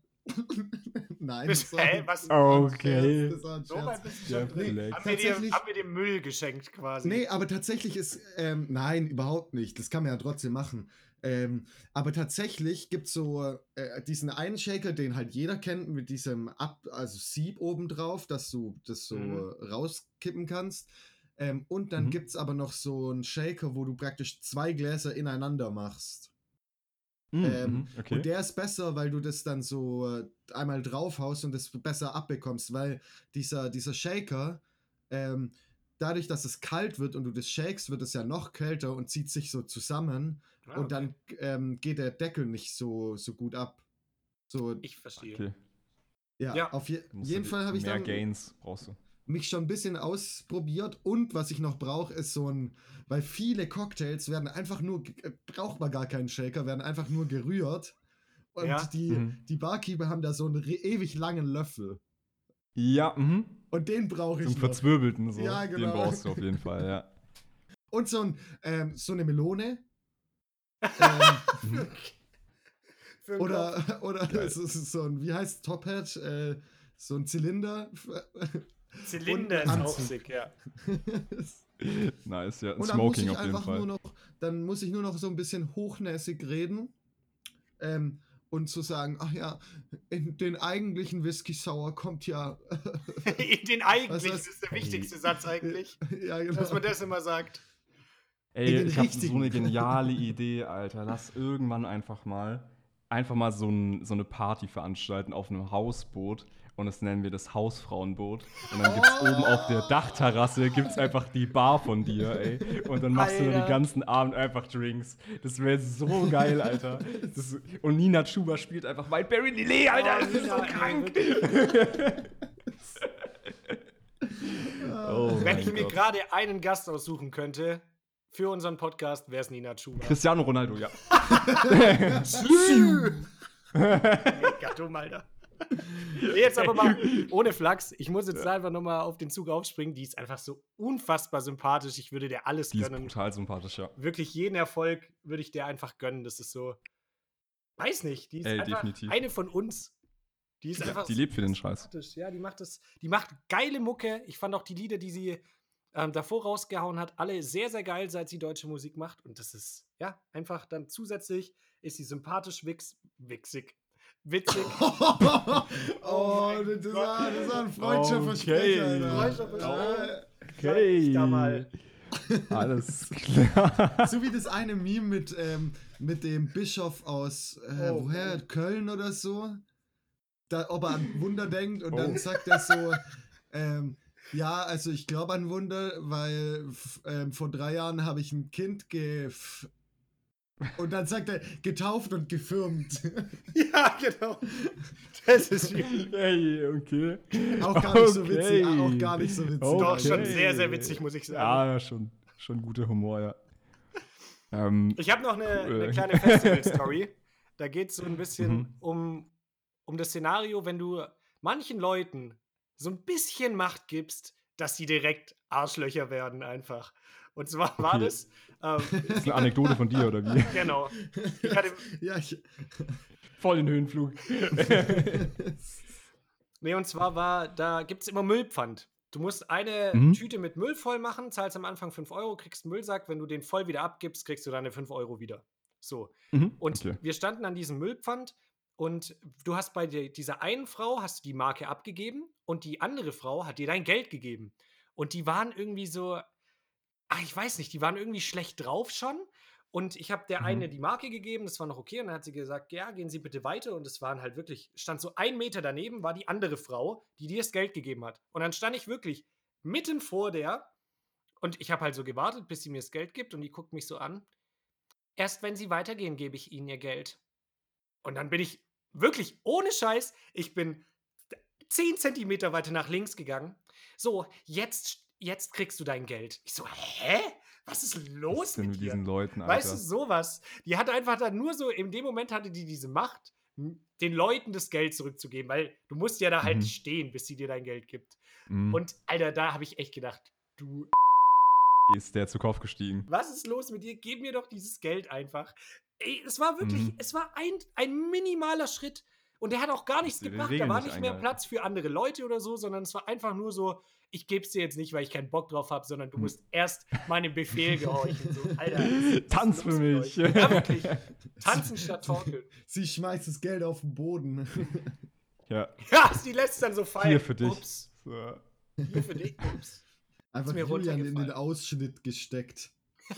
[SPEAKER 2] Nein,
[SPEAKER 1] Bis-
[SPEAKER 2] das war,
[SPEAKER 1] hä, was?
[SPEAKER 2] das war ein
[SPEAKER 3] Okay.
[SPEAKER 2] Scherz, das war ein
[SPEAKER 1] So
[SPEAKER 2] Scherz.
[SPEAKER 1] weit bist du
[SPEAKER 3] Ja,
[SPEAKER 1] schon drin.
[SPEAKER 3] vielleicht.
[SPEAKER 1] Haben wir, dir,
[SPEAKER 2] Tatsächlich-
[SPEAKER 1] haben wir dir Müll geschenkt quasi.
[SPEAKER 2] Nee, aber tatsächlich ist, ähm, nein, überhaupt nicht. Das kann man ja trotzdem machen. Ähm, aber tatsächlich gibt es so äh, diesen einen Shaker, den halt jeder kennt, mit diesem Ab also Sieb obendrauf, dass du das so
[SPEAKER 1] Mhm.
[SPEAKER 2] äh, rauskippen kannst. Ähm, und dann
[SPEAKER 3] Mhm.
[SPEAKER 2] gibt es aber noch so einen Shaker, wo du praktisch zwei Gläser ineinander machst.
[SPEAKER 3] Mm,
[SPEAKER 2] Ähm,
[SPEAKER 3] mhm, okay.
[SPEAKER 2] Und der ist besser, weil du das dann so äh, einmal draufhaust und das besser abbekommst, weil dieser, dieser Shaker, ähm, dadurch, dass es kalt wird und du das shakest, wird es ja noch kälter und zieht sich so zusammen
[SPEAKER 1] Ah,
[SPEAKER 2] und
[SPEAKER 1] okay.
[SPEAKER 2] dann ähm, geht der Deckel nicht so, so gut ab. So,
[SPEAKER 1] Ich verstehe.
[SPEAKER 3] okay.
[SPEAKER 2] ja,
[SPEAKER 1] ja.
[SPEAKER 2] auf je
[SPEAKER 3] Du musst
[SPEAKER 2] jeden
[SPEAKER 3] dir
[SPEAKER 2] Fall habe ich
[SPEAKER 3] mehr
[SPEAKER 2] dann
[SPEAKER 3] Gains brauchst du.
[SPEAKER 2] mich schon ein bisschen ausprobiert und was ich noch brauche, ist so ein, weil viele Cocktails werden einfach nur, ge- äh, braucht man gar keinen Shaker, werden einfach nur gerührt und
[SPEAKER 1] Ja.
[SPEAKER 2] die,
[SPEAKER 3] Mhm.
[SPEAKER 2] die Barkeeper haben da so einen re- ewig langen Löffel
[SPEAKER 3] Ja, mhm.
[SPEAKER 2] und den brauche ich
[SPEAKER 3] Zum
[SPEAKER 2] noch.
[SPEAKER 3] Verzwirbelten so.
[SPEAKER 2] Ja,
[SPEAKER 3] Den
[SPEAKER 2] genau.
[SPEAKER 3] brauchst du auf jeden Fall, ja.
[SPEAKER 2] Und so, ein, ähm, so eine Melone. ähm,
[SPEAKER 3] Mhm.
[SPEAKER 1] Für den Kopf.
[SPEAKER 2] oder oder
[SPEAKER 3] Geil.
[SPEAKER 2] es ist so ein, wie heißt Top Hat? Äh, so ein Zylinder.
[SPEAKER 1] Zylinder
[SPEAKER 2] und
[SPEAKER 1] ist
[SPEAKER 2] ein
[SPEAKER 1] auch
[SPEAKER 2] Anzug.
[SPEAKER 1] sick, ja.
[SPEAKER 3] Nice, ja.
[SPEAKER 2] Und dann muss
[SPEAKER 3] Smoking
[SPEAKER 2] ich
[SPEAKER 3] auf jeden
[SPEAKER 2] einfach
[SPEAKER 3] Fall.
[SPEAKER 2] nur noch, dann muss ich nur noch so ein bisschen hochnäsig reden ähm, und zu sagen, ach ja, in den eigentlichen Whisky Sour kommt ja,
[SPEAKER 1] Den eigentlich,
[SPEAKER 2] Was
[SPEAKER 1] das ist der wichtigste Satz eigentlich,
[SPEAKER 2] ja genau.
[SPEAKER 1] dass man das immer sagt.
[SPEAKER 2] In
[SPEAKER 3] Ey,
[SPEAKER 2] den
[SPEAKER 3] ich habe so
[SPEAKER 2] richtigen.
[SPEAKER 3] eine geniale Idee, Alter. Lass irgendwann einfach mal einfach mal so, ein, so eine Party veranstalten auf einem Hausboot und das nennen wir das Hausfrauenboot. Und dann gibt's
[SPEAKER 2] Oh.
[SPEAKER 3] oben auf der Dachterrasse gibt's einfach die Bar von dir, ey. Und dann machst du da
[SPEAKER 1] Alter.
[SPEAKER 3] den ganzen Abend einfach Drinks. Das wäre so geil, Alter. Das, und Nina Chuba spielt einfach Wildberry Lillet, Alter.
[SPEAKER 1] Oh,
[SPEAKER 3] Das ist so
[SPEAKER 1] Nina, ey,
[SPEAKER 3] krank. Oh
[SPEAKER 1] Wenn
[SPEAKER 3] mein
[SPEAKER 1] ich mir
[SPEAKER 3] Gott.
[SPEAKER 1] gerade einen Gast aussuchen könnte für unseren Podcast, wäre es Nina Chuba.
[SPEAKER 3] Cristiano Ronaldo, ja.
[SPEAKER 1] Mega dumm, Alter. Nee, jetzt aber mal ohne Flachs. Ich muss jetzt einfach nochmal auf den Zug aufspringen. Die ist einfach so unfassbar sympathisch. Ich würde dir alles
[SPEAKER 3] Die ist
[SPEAKER 1] gönnen.
[SPEAKER 3] brutal sympathisch, ja.
[SPEAKER 1] Wirklich jeden Erfolg würde ich dir einfach gönnen. Das ist so. Weiß nicht. Die ist
[SPEAKER 3] Ey,
[SPEAKER 1] einfach
[SPEAKER 3] definitiv.
[SPEAKER 1] eine von uns. Die ist einfach.
[SPEAKER 3] Die lebt für den Scheiß.
[SPEAKER 1] sympathisch. Ja, die macht das. Die macht geile Mucke. Ich fand auch die Lieder, die sie ähm, davor rausgehauen hat, alle sehr, sehr geil, seit sie deutsche Musik macht. Und das ist, ja, einfach dann zusätzlich ist sie sympathisch, wix, witzig. Witzig.
[SPEAKER 2] oh,
[SPEAKER 1] mein
[SPEAKER 2] das,
[SPEAKER 1] Gott.
[SPEAKER 2] war, das war ein freudscher
[SPEAKER 3] Okay.
[SPEAKER 2] Versprecher. Alter.
[SPEAKER 1] Freudscher Versprecher.
[SPEAKER 2] Äh,
[SPEAKER 3] Okay.
[SPEAKER 1] Da mal.
[SPEAKER 3] Alles klar.
[SPEAKER 2] So wie das eine Meme mit, ähm, mit dem Bischof aus, äh,
[SPEAKER 1] Oh,
[SPEAKER 2] woher?
[SPEAKER 1] oh.
[SPEAKER 2] Köln oder so. Da, ob er an Wunder denkt und
[SPEAKER 3] Oh.
[SPEAKER 2] dann sagt er so, ähm, ja, also ich glaube an Wunder, weil f- ähm, vor drei Jahren habe ich ein Kind ge... f- Und dann sagt er, getauft und gefirmt.
[SPEAKER 1] Ja, genau. Das ist übel.
[SPEAKER 3] Hey, okay.
[SPEAKER 2] Auch gar nicht so
[SPEAKER 3] Okay.
[SPEAKER 2] witzig. Auch gar nicht so witzig.
[SPEAKER 1] Doch,
[SPEAKER 3] Okay.
[SPEAKER 1] schon sehr, sehr witzig, muss ich sagen.
[SPEAKER 3] Ja, schon, schon guter Humor, ja. Ähm,
[SPEAKER 1] Ich habe noch eine,
[SPEAKER 3] Cool.
[SPEAKER 1] eine kleine Festival-Story. Da geht es so ein bisschen
[SPEAKER 3] Mhm.
[SPEAKER 1] um, um das Szenario, wenn du manchen Leuten so ein bisschen Macht gibst, dass sie direkt Arschlöcher werden einfach. Und zwar war
[SPEAKER 3] Okay.
[SPEAKER 1] das, ähm,
[SPEAKER 3] Das
[SPEAKER 1] es
[SPEAKER 3] ist eine
[SPEAKER 1] gibt halt
[SPEAKER 3] Anekdote von dir, oder wie?
[SPEAKER 1] genau. Ich hatte
[SPEAKER 2] Ja, ich.
[SPEAKER 3] Voll den Höhenflug.
[SPEAKER 1] ne, und zwar war da gibt's immer Müllpfand. Du musst eine
[SPEAKER 3] Mhm.
[SPEAKER 1] Tüte mit Müll voll machen, zahlst am Anfang fünf Euro, kriegst 'n Müllsack. Wenn du den voll wieder abgibst, kriegst du deine fünf Euro wieder. So.
[SPEAKER 3] Mhm.
[SPEAKER 1] Und
[SPEAKER 3] Okay.
[SPEAKER 1] wir standen an diesem Müllpfand und du hast bei de dieser einen Frau hast du die Marke abgegeben und die andere Frau hat dir dein Geld gegeben. Und die waren irgendwie so ach, ich weiß nicht, die waren irgendwie schlecht drauf schon. Und ich habe der eine
[SPEAKER 3] Mhm.
[SPEAKER 1] die Marke gegeben, das war noch okay. Und dann hat sie gesagt: „Ja, gehen Sie bitte weiter." Und es waren halt wirklich stand so ein Meter daneben war die andere Frau, die dir das Geld gegeben hat. Und dann stand ich wirklich mitten vor der und ich habe halt so gewartet, bis sie mir das Geld gibt und die guckt mich so an: „Erst wenn Sie weitergehen, gebe ich Ihnen Ihr Geld." Und dann bin ich wirklich ohne Scheiß, ich bin d zehn Zentimeter weiter nach links gegangen. „So, jetzt jetzt kriegst du dein Geld." Ich so: „Hä? Was ist
[SPEAKER 3] Was ist
[SPEAKER 1] los
[SPEAKER 3] denn
[SPEAKER 1] mit
[SPEAKER 3] mit
[SPEAKER 1] dir?"
[SPEAKER 3] diesen Leuten,
[SPEAKER 1] Weißt du,
[SPEAKER 3] Alter?
[SPEAKER 1] so was. Die hat einfach dann nur so in dem Moment hatte die diese Macht, hm, den Leuten das Geld zurückzugeben, weil du musst ja da halt
[SPEAKER 3] Mhm.
[SPEAKER 1] stehen, bis sie dir dein Geld gibt.
[SPEAKER 3] Mhm.
[SPEAKER 1] Und Alter, da habe ich echt gedacht: „Du
[SPEAKER 3] Ist der zu Kopf gestiegen.
[SPEAKER 1] was ist los mit dir? Gib mir doch dieses Geld einfach." Ey, es war wirklich
[SPEAKER 3] Mhm.
[SPEAKER 1] es war ein ein minimaler Schritt und der hat auch gar nichts
[SPEAKER 3] Hast du den
[SPEAKER 1] gebracht. Da
[SPEAKER 3] Regeln
[SPEAKER 1] war
[SPEAKER 3] nicht
[SPEAKER 1] nicht mehr
[SPEAKER 3] eingehalten?
[SPEAKER 1] Platz für andere Leute oder so, sondern es war einfach nur so: „Ich gebe es dir jetzt nicht, weil ich keinen Bock drauf habe, sondern du
[SPEAKER 3] Mhm.
[SPEAKER 1] musst erst meinem Befehl gehorchen." So, Alter, was
[SPEAKER 3] Tanz
[SPEAKER 1] ist
[SPEAKER 3] für
[SPEAKER 1] los mit
[SPEAKER 3] mich.
[SPEAKER 1] euch? Ja, wirklich.
[SPEAKER 2] Sie,
[SPEAKER 1] Tanzen statt
[SPEAKER 2] sie,
[SPEAKER 1] torkeln.
[SPEAKER 2] sie schmeißt das Geld auf den Boden.
[SPEAKER 3] Ja,
[SPEAKER 1] Ja, sie lässt's dann so
[SPEAKER 3] hier
[SPEAKER 1] fallen.
[SPEAKER 3] für dich.
[SPEAKER 1] Ups,
[SPEAKER 3] So.
[SPEAKER 1] hier für dich. Ups, ist
[SPEAKER 2] Einfach
[SPEAKER 1] mir
[SPEAKER 2] Julian in den
[SPEAKER 1] runtergefallen.
[SPEAKER 2] Ausschnitt gesteckt.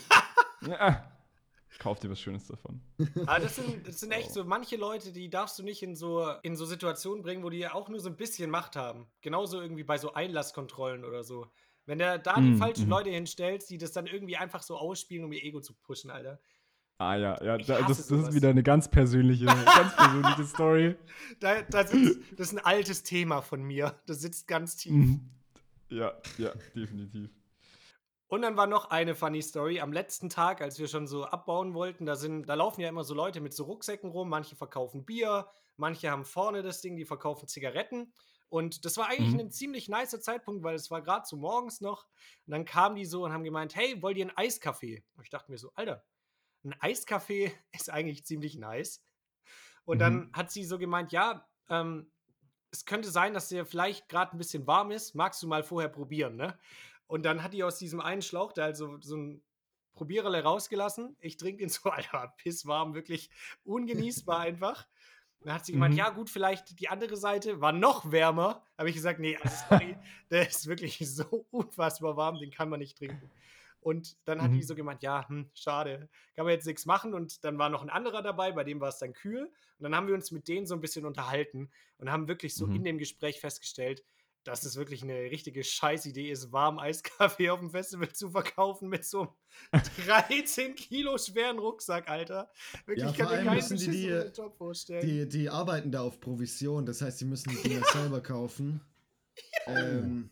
[SPEAKER 3] Ja. Kauf dir was Schönes davon.
[SPEAKER 1] Aber das sind das sind echt
[SPEAKER 3] Oh.
[SPEAKER 1] so manche Leute, die darfst du nicht in so in so Situationen bringen, wo die ja auch nur so 'n bisschen Macht haben. Genauso irgendwie bei so Einlasskontrollen oder so. Wenn du da die
[SPEAKER 3] Mhm,
[SPEAKER 1] falschen
[SPEAKER 3] mhm.
[SPEAKER 1] Leute hinstellst, die das dann irgendwie einfach so ausspielen, um ihr Ego zu pushen, Alter.
[SPEAKER 3] Ah ja, ja,
[SPEAKER 1] Ich
[SPEAKER 3] da,
[SPEAKER 1] hasse
[SPEAKER 3] das, das
[SPEAKER 1] so
[SPEAKER 3] ist
[SPEAKER 1] was.
[SPEAKER 3] wieder eine ganz persönliche, ganz persönliche Story.
[SPEAKER 1] Da da sitzt das ist 'n altes Thema von mir. Das sitzt ganz tief.
[SPEAKER 3] Mhm. Ja, ja, definitiv.
[SPEAKER 1] Und dann war noch eine funny Story. Am letzten Tag, als wir schon so abbauen wollten, da sind da laufen ja immer so Leute mit so Rucksäcken rum. Manche verkaufen Bier, manche haben vorne das Ding, die verkaufen Zigaretten. Und das war eigentlich
[SPEAKER 3] Mhm.
[SPEAKER 1] 'nen ziemlich nicer Zeitpunkt, weil es war grad so morgens noch. Und dann kamen die so und haben gemeint: „Hey, wollt ihr 'n Eiskaffee?" Und ich dachte mir so: „Alter, 'n Eiskaffee ist eigentlich ziemlich nice." Und dann
[SPEAKER 3] Mhm.
[SPEAKER 1] hat sie so gemeint: „Ja, ähm, es könnte sein, dass der vielleicht grad 'n bisschen warm ist. Magst du mal vorher probieren, ne?" Und dann hat die aus diesem einen Schlauch da halt so so 'n Probiererle rausgelassen. Ich trinke den so, Alter, pisswarm, wirklich ungenießbar einfach. Dann hat sie gemeint:
[SPEAKER 3] Mhm.
[SPEAKER 1] „Ja gut, vielleicht die andere Seite." War noch wärmer. Habe ich gesagt: „Ne, also sorry, der ist wirklich so unfassbar warm, den kann man nicht trinken." Und dann hat die
[SPEAKER 3] Mhm.
[SPEAKER 1] so gemeint: „Ja, hm, schade, kann man jetzt nix machen." Und dann war noch 'n anderer dabei, bei dem war's dann kühl. Und dann haben wir uns mit denen so 'n bisschen unterhalten und haben wirklich so in
[SPEAKER 3] Mhm.
[SPEAKER 1] dem Gespräch festgestellt, dass es wirklich 'ne richtige Scheißidee ist, warmen Eiskaffee auf'm Festival zu verkaufen mit so 'nem dreizehn Kilo schweren Rucksack, Alter. Wirklich,
[SPEAKER 2] Ja,
[SPEAKER 1] ich kann
[SPEAKER 2] vor
[SPEAKER 1] mir
[SPEAKER 2] allem
[SPEAKER 1] keinen
[SPEAKER 2] müssen die die,
[SPEAKER 1] beschisseneren Job vorstellen.
[SPEAKER 2] die, die arbeiten da auf Provision. Das heißt, sie müssen die Dinger selber kaufen.
[SPEAKER 3] Oh.
[SPEAKER 2] Ähm,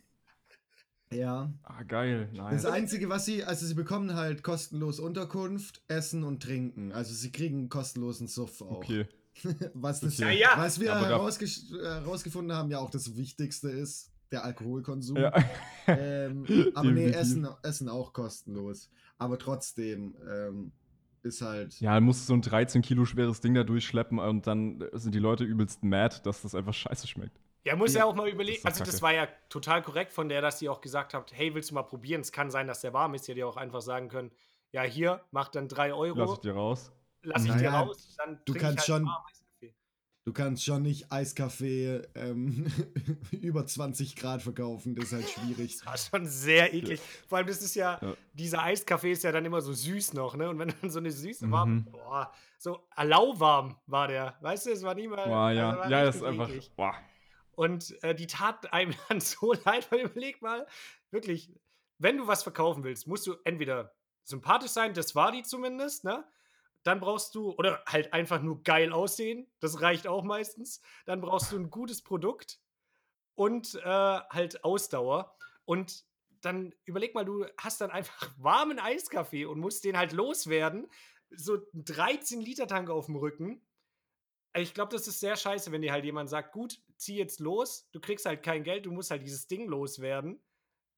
[SPEAKER 2] ja.
[SPEAKER 3] Ah, geil,
[SPEAKER 2] Das
[SPEAKER 3] nice.
[SPEAKER 1] Und
[SPEAKER 2] Einzige, was sie, also sie bekommen halt kostenlos Unterkunft, Essen und Trinken. Also sie kriegen kostenlosen Suff auch.
[SPEAKER 3] Okay,
[SPEAKER 2] Was, das,
[SPEAKER 1] ja,
[SPEAKER 3] okay.
[SPEAKER 1] ja.
[SPEAKER 2] was wir
[SPEAKER 3] Aber da.
[SPEAKER 2] herausges äh, herausgefunden haben, ja auch das Wichtigste ist, der Alkoholkonsum.
[SPEAKER 3] Ja.
[SPEAKER 2] Ähm, aber nee,
[SPEAKER 3] Definitiv.
[SPEAKER 2] Essen, Essen auch kostenlos. Aber trotzdem ähm, ist halt.
[SPEAKER 3] Ja, dann musst du so ein dreizehn Kilo schweres Ding da durchschleppen und dann sind die Leute übelst mad, dass das einfach scheiße schmeckt.
[SPEAKER 1] Ja, muss ja
[SPEAKER 2] Ja.
[SPEAKER 1] auch mal
[SPEAKER 3] Das
[SPEAKER 1] überlegen.
[SPEAKER 3] ist doch
[SPEAKER 1] Also, das
[SPEAKER 3] kacke.
[SPEAKER 1] war ja total korrekt von der, dass sie auch gesagt hat: „Hey, willst du mal probieren? Es kann sein, dass der warm ist." Sie hätte ja auch einfach sagen können: „Ja, hier, mach dann drei
[SPEAKER 3] Lass ich
[SPEAKER 1] Euro,
[SPEAKER 3] dir raus.
[SPEAKER 1] lasse ich
[SPEAKER 3] Mhm.
[SPEAKER 1] dir
[SPEAKER 2] Naja,
[SPEAKER 1] raus, dann
[SPEAKER 2] du
[SPEAKER 1] trinke ich
[SPEAKER 2] kannst
[SPEAKER 1] halt 'n
[SPEAKER 2] schon,
[SPEAKER 1] warmen Eiskaffee."
[SPEAKER 2] du kannst schon nicht Eiskaffee ähm, über zwanzig Grad verkaufen. Das ist halt schwierig.
[SPEAKER 1] Das war schon sehr
[SPEAKER 3] Ja.
[SPEAKER 1] eklig. Vor allem, das ist ja
[SPEAKER 3] Ja.
[SPEAKER 1] dieser Eiskaffee ist ja dann immer so süß noch, ne? Und wenn dann so 'ne süße warme
[SPEAKER 3] Mhm.
[SPEAKER 1] boah, so lauwarm war der. Weißt du, es war nicht mal
[SPEAKER 3] Boah,
[SPEAKER 1] also,
[SPEAKER 3] ja.
[SPEAKER 1] war
[SPEAKER 3] Ja, das ist
[SPEAKER 1] richtig
[SPEAKER 3] einfach.
[SPEAKER 1] eklig.
[SPEAKER 3] Boah.
[SPEAKER 1] Und, äh, die tat einem dann so leid, weil überleg mal, wirklich, wenn du was verkaufen willst, musst du entweder sympathisch sein, das war die zumindest, ne? Dann brauchst du oder halt einfach nur geil aussehen, das reicht auch meistens. Dann brauchst du 'n gutes Produkt und, äh, halt Ausdauer. Und dann überleg mal, du hast dann einfach warmen Eiskaffee und musst den halt loswerden. So 'n dreizehn Liter Tank auf'm Rücken. Ich glaube, das ist sehr scheiße, wenn dir halt jemand sagt: „Gut, zieh jetzt los. Du kriegst halt kein Geld, du musst halt dieses Ding loswerden."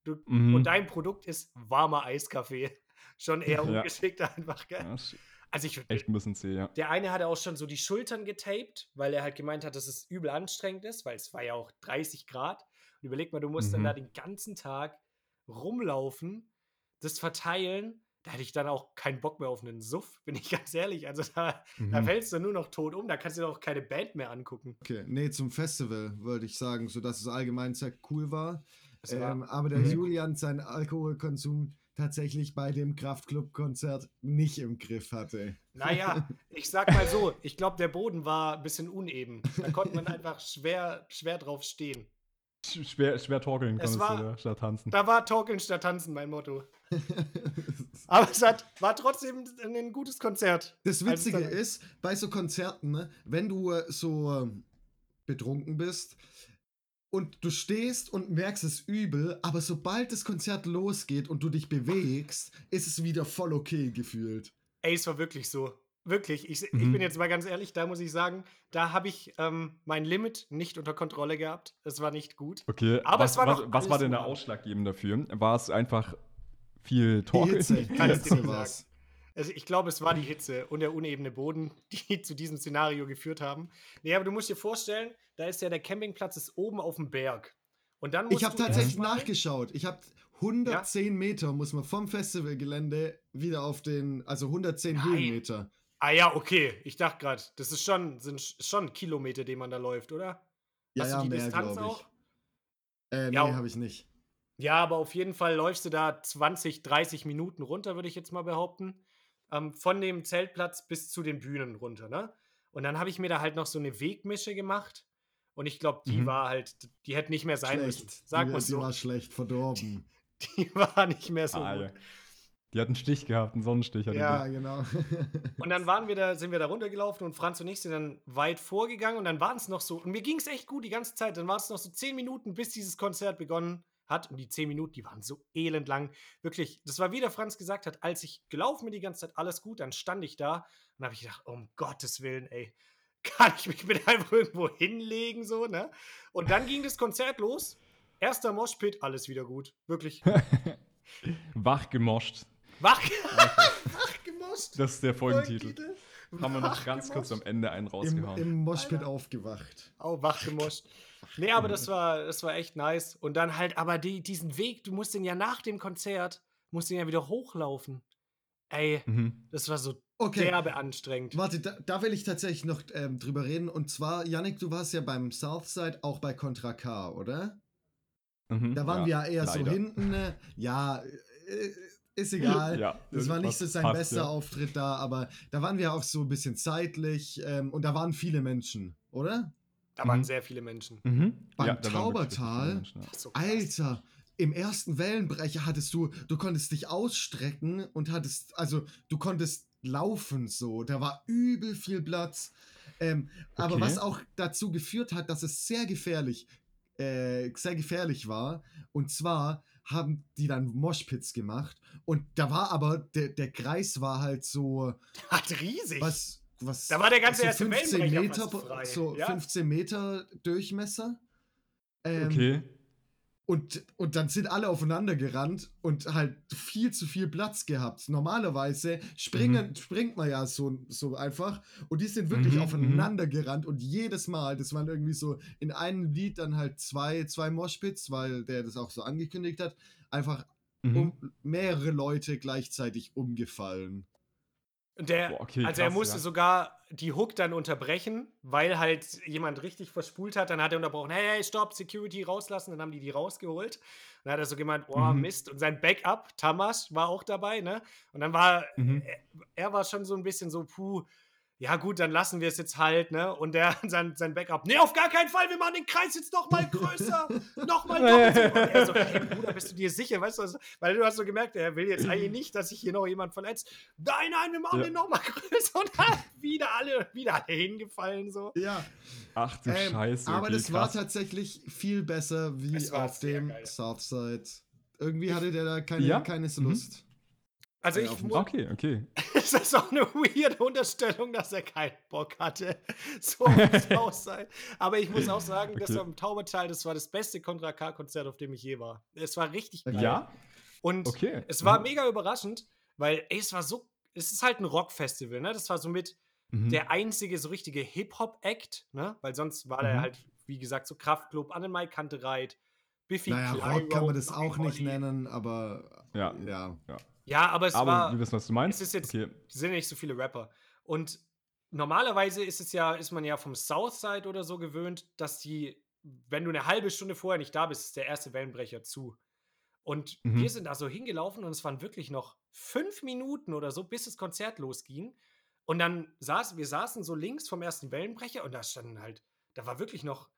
[SPEAKER 1] Du,
[SPEAKER 3] Mhm.
[SPEAKER 1] und dein Produkt ist warmer Eiskaffee. Schon eher
[SPEAKER 3] Ja.
[SPEAKER 1] ungeschickt einfach, gell?
[SPEAKER 3] Ja, ist
[SPEAKER 1] Also ich
[SPEAKER 3] echt ein bisschen zäh, ja.
[SPEAKER 1] Der eine hatte auch schon so die Schultern getaped, weil er halt gemeint hat, dass es übel anstrengend ist, weil es war ja auch dreißig Grad. Und überleg mal, du musst dann
[SPEAKER 3] Mhm.
[SPEAKER 1] da den ganzen Tag rumlaufen, das verteilen. Da hätte ich dann auch keinen Bock mehr auf einen Suff, bin ich ganz ehrlich. Also da, da
[SPEAKER 3] Mhm.
[SPEAKER 1] fällst du nur noch tot um, da kannst du dir auch keine Band mehr angucken.
[SPEAKER 2] Okay, nee, zum Festival wollte ich sagen, sodass es allgemein sehr cool war.
[SPEAKER 1] Es war
[SPEAKER 2] Ähm, aber der
[SPEAKER 3] Mhm.
[SPEAKER 2] Julian seinen Alkoholkonsum tatsächlich bei dem Kraftclub-Konzert nicht im Griff hatte.
[SPEAKER 1] Naja, ich sag mal so, ich glaube, der Boden war ein bisschen uneben. Da konnte man einfach schwer, schwer drauf stehen.
[SPEAKER 3] Sch- Schwer, schwer torkeln
[SPEAKER 1] Es
[SPEAKER 3] konntest
[SPEAKER 1] war-
[SPEAKER 3] du da statt tanzen.
[SPEAKER 1] Da war Talken statt Tanzen mein Motto. Aber es hat, war trotzdem ein gutes Konzert.
[SPEAKER 2] Das
[SPEAKER 1] Als es
[SPEAKER 2] Witzige
[SPEAKER 1] dann-
[SPEAKER 2] ist, bei so Konzerten, ne, wenn du äh, so ähm, betrunken bist und du stehst und merkst es übel, aber sobald das Konzert losgeht und du dich bewegst, ist es wieder voll okay gefühlt.
[SPEAKER 1] Ey, es war wirklich so. Wirklich. Ich, ich
[SPEAKER 3] Mhm.
[SPEAKER 1] bin jetzt mal ganz ehrlich, da muss ich sagen, da habe ich ähm, mein Limit nicht unter Kontrolle gehabt. Es war nicht gut.
[SPEAKER 3] Okay,
[SPEAKER 1] Aber
[SPEAKER 3] was,
[SPEAKER 1] es war
[SPEAKER 3] was,
[SPEAKER 1] doch
[SPEAKER 3] was war
[SPEAKER 1] alles
[SPEAKER 3] denn der
[SPEAKER 1] human.
[SPEAKER 3] Ausschlaggebend dafür? War es einfach viel
[SPEAKER 2] Die
[SPEAKER 3] Torkeln?
[SPEAKER 2] Hitze, die
[SPEAKER 1] kann es dir
[SPEAKER 2] Hitze
[SPEAKER 1] nicht
[SPEAKER 2] war's.
[SPEAKER 1] Also ich glaube, es war die Hitze und der unebene Boden, die zu diesem Szenario geführt haben. Nee, aber du musst dir vorstellen, da ist ja der Campingplatz ist oben auf dem Berg. Und dann musst
[SPEAKER 2] Ich habe
[SPEAKER 1] du
[SPEAKER 2] tatsächlich
[SPEAKER 1] erstmal-
[SPEAKER 2] nachgeschaut. Ich habe hundertzehn Meter muss man vom Festivalgelände wieder auf den, also hundertzehn
[SPEAKER 1] Nein.
[SPEAKER 2] Höhenmeter.
[SPEAKER 1] Ah ja, okay. Ich dachte gerade, das ist schon, sind sch- schon Kilometer, den man da läuft, oder?
[SPEAKER 2] Ja,
[SPEAKER 1] Hast
[SPEAKER 2] ja,
[SPEAKER 1] du die
[SPEAKER 2] mehr,
[SPEAKER 1] Distanz
[SPEAKER 2] glaube ich.
[SPEAKER 1] auch?
[SPEAKER 2] Äh, nee,
[SPEAKER 1] Ja.
[SPEAKER 2] habe ich nicht.
[SPEAKER 1] Ja, aber auf jeden Fall läufst du da zwanzig, dreißig Minuten runter, würde ich jetzt mal behaupten. Ähm, von dem Zeltplatz bis zu den Bühnen runter, ne? Und dann habe ich mir da halt noch so eine Wegmische gemacht. Und ich glaube, die
[SPEAKER 3] Mhm.
[SPEAKER 1] war halt, die hätte nicht mehr sein
[SPEAKER 2] Schlecht.
[SPEAKER 1] müssen. Sag
[SPEAKER 2] die,
[SPEAKER 1] mal
[SPEAKER 2] die
[SPEAKER 1] so.
[SPEAKER 2] war schlecht, verdorben.
[SPEAKER 1] Die war nicht mehr so
[SPEAKER 3] Ah,
[SPEAKER 1] gut.
[SPEAKER 3] ja. Die hat einen Stich gehabt, einen Sonnenstich. Hatte
[SPEAKER 2] Ja,
[SPEAKER 3] die.
[SPEAKER 2] genau.
[SPEAKER 1] Und dann waren wir da, sind wir da runtergelaufen und Franz und ich sind dann weit vorgegangen und dann waren es noch so, und mir ging es echt gut die ganze Zeit, dann waren es noch so zehn Minuten, bis dieses Konzert begonnen hat und die zehn Minuten, die waren so elend lang. Wirklich, das war wie der Franz gesagt hat, als ich gelaufen bin die ganze Zeit, alles gut, dann stand ich da und habe ich gedacht, um Gottes Willen, ey, kann ich mich mit einfach irgendwo hinlegen, so, ne? Und dann ging das Konzert los, erster Moshpit, alles wieder gut, wirklich.
[SPEAKER 3] Wach gemoscht.
[SPEAKER 1] Wach, wach gemoscht.
[SPEAKER 3] Das ist der Folgentitel.
[SPEAKER 1] Folgentitel.
[SPEAKER 3] Haben wir noch
[SPEAKER 1] Wach
[SPEAKER 3] ganz kurz am
[SPEAKER 1] gemoscht.
[SPEAKER 3] Ende einen
[SPEAKER 2] Im,
[SPEAKER 3] rausgehauen.
[SPEAKER 2] im Moshpit
[SPEAKER 1] Alter.
[SPEAKER 2] aufgewacht.
[SPEAKER 1] Oh, wach gemoscht. Nee, aber das war, das war echt nice. Und dann halt, aber die, diesen Weg, du musst den ja nach dem Konzert, musst den ja wieder hochlaufen. Ey,
[SPEAKER 3] Mhm.
[SPEAKER 1] das war so
[SPEAKER 2] Okay.
[SPEAKER 1] derbe anstrengend.
[SPEAKER 2] Warte, da, da will ich tatsächlich noch ähm, drüber reden. Und zwar, Yannick, du warst ja beim Southside auch bei Contra K, oder?
[SPEAKER 3] Mhm.
[SPEAKER 2] Da waren wir ja eher so
[SPEAKER 3] leider.
[SPEAKER 2] hinten. Ne? Ja, äh, ist egal.
[SPEAKER 3] Ja,
[SPEAKER 2] Das war nicht
[SPEAKER 3] passt-
[SPEAKER 2] so sein
[SPEAKER 3] passt,
[SPEAKER 2] bester
[SPEAKER 3] ja.
[SPEAKER 2] Auftritt da, aber da waren wir auch so ein bisschen zeitlich ähm, und da waren viele Menschen, oder?
[SPEAKER 1] Da waren
[SPEAKER 3] Mhm.
[SPEAKER 1] sehr viele Menschen.
[SPEAKER 3] Mhm.
[SPEAKER 2] Beim
[SPEAKER 3] Ja, da waren wirklich richtig viele
[SPEAKER 2] Taubertal?
[SPEAKER 3] Menschen, ja.
[SPEAKER 1] So krass.
[SPEAKER 2] Alter, im ersten Wellenbrecher hattest du, du konntest dich ausstrecken und hattest, also du konntest laufen so, da war übel viel Platz. Ähm, Aber
[SPEAKER 3] Okay.
[SPEAKER 2] was auch dazu geführt hat, dass es sehr gefährlich, äh, sehr gefährlich war, und zwar haben die dann Moshpits gemacht und da war aber, der, der Kreis war halt so,
[SPEAKER 1] Hat riesig.
[SPEAKER 2] was, was,
[SPEAKER 1] Da war der ganze
[SPEAKER 2] so
[SPEAKER 1] erste
[SPEAKER 2] fünfzehn
[SPEAKER 1] Wellenbrecher
[SPEAKER 2] Meter,
[SPEAKER 1] fast frei,
[SPEAKER 2] so
[SPEAKER 1] ja.
[SPEAKER 2] fünfzehn Meter Durchmesser. Ähm,
[SPEAKER 3] Okay.
[SPEAKER 2] und, und dann sind alle aufeinander gerannt und halt viel zu viel Platz gehabt. Normalerweise springen, springt man ja so, so einfach und die sind wirklich
[SPEAKER 3] Mhm,
[SPEAKER 2] aufeinander gerannt und jedes Mal, das waren irgendwie so in einem Lied dann halt zwei, zwei Moshpits, weil der das auch so angekündigt hat, einfach
[SPEAKER 3] Mhm.
[SPEAKER 2] um, mehrere Leute gleichzeitig umgefallen.
[SPEAKER 1] Und der,
[SPEAKER 3] Boah, okay,
[SPEAKER 1] also er
[SPEAKER 3] krass,
[SPEAKER 1] musste
[SPEAKER 3] ja.
[SPEAKER 1] sogar die Hook dann unterbrechen, weil halt jemand richtig verspult hat. Dann hat er unterbrochen, hey, hey, stopp, Security rauslassen. Dann haben die die rausgeholt. Und dann hat er so gemeint, oh,
[SPEAKER 3] Mhm.
[SPEAKER 1] Mist. Und sein Backup, Tamas, war auch dabei, ne? Und dann war,
[SPEAKER 3] Mhm.
[SPEAKER 1] er, er war schon so ein bisschen so, puh, ja gut, dann lassen wir es jetzt halt, ne? Und der, sein, sein Backup, nee, auf gar keinen Fall, wir machen den Kreis jetzt noch mal größer, noch mal doppelt so. Und er so, hey Bruder, bist du dir sicher, weißt du, also, weil du hast so gemerkt, er will jetzt eigentlich nicht, dass sich hier noch jemand verletzt. Nein, nein, wir machen
[SPEAKER 3] Ja.
[SPEAKER 1] den noch mal größer und dann wieder alle, wieder alle hingefallen, so.
[SPEAKER 2] Ja,
[SPEAKER 3] Ach du
[SPEAKER 2] ähm,
[SPEAKER 3] Scheiße.
[SPEAKER 2] aber
[SPEAKER 3] okay,
[SPEAKER 2] das war
[SPEAKER 3] krass.
[SPEAKER 2] tatsächlich viel besser wie
[SPEAKER 1] Es war
[SPEAKER 2] auf
[SPEAKER 1] sehr
[SPEAKER 2] dem
[SPEAKER 1] geil.
[SPEAKER 2] Southside. Irgendwie hatte der da keine,
[SPEAKER 3] Ja?
[SPEAKER 2] keine so
[SPEAKER 3] Mhm.
[SPEAKER 2] Lust.
[SPEAKER 1] Also
[SPEAKER 2] Ja,
[SPEAKER 1] ich
[SPEAKER 2] auf dem-
[SPEAKER 1] mu-
[SPEAKER 3] Okay, okay.
[SPEAKER 1] ist das auch eine weirde Unterstellung, dass er keinen Bock hatte. So muss es auch sein. Aber ich muss auch sagen, das
[SPEAKER 3] Okay.
[SPEAKER 1] war im Taubertal, das war das beste Contra K-Konzert, auf dem ich je war. Es war richtig geil.
[SPEAKER 3] Ja?
[SPEAKER 1] Und
[SPEAKER 3] Okay.
[SPEAKER 1] es war
[SPEAKER 3] Mhm.
[SPEAKER 1] mega überraschend, weil, ey, es war so, es ist halt ein Rockfestival, ne? Das war somit
[SPEAKER 3] Mhm.
[SPEAKER 1] der einzige so richtige Hip-Hop-Act, ne? Weil sonst war der
[SPEAKER 3] Mhm.
[SPEAKER 1] halt, wie gesagt, so Kraftklub, Annemarie Kantereit, Biffy
[SPEAKER 2] Naja,
[SPEAKER 1] Clyro,
[SPEAKER 2] Rock kann man das
[SPEAKER 1] Johnny
[SPEAKER 2] auch nicht
[SPEAKER 1] Olli.
[SPEAKER 2] nennen, aber
[SPEAKER 3] Ja.
[SPEAKER 2] ja.
[SPEAKER 3] Ja.
[SPEAKER 1] Ja, aber es
[SPEAKER 3] Aber
[SPEAKER 1] war,
[SPEAKER 3] wir wissen, was du meinst.
[SPEAKER 1] es ist jetzt,
[SPEAKER 3] Okay.
[SPEAKER 1] sind nicht so viele Rapper. Und normalerweise ist es ja, ist man ja vom Southside oder so gewöhnt, dass die, wenn du eine halbe Stunde vorher nicht da bist, ist der erste Wellenbrecher zu. Und
[SPEAKER 3] Mhm.
[SPEAKER 1] wir sind da so hingelaufen und es waren wirklich noch fünf Minuten oder so, bis das Konzert losging. Und dann saßen wir saßen so links vom ersten Wellenbrecher und da standen halt, da war wirklich noch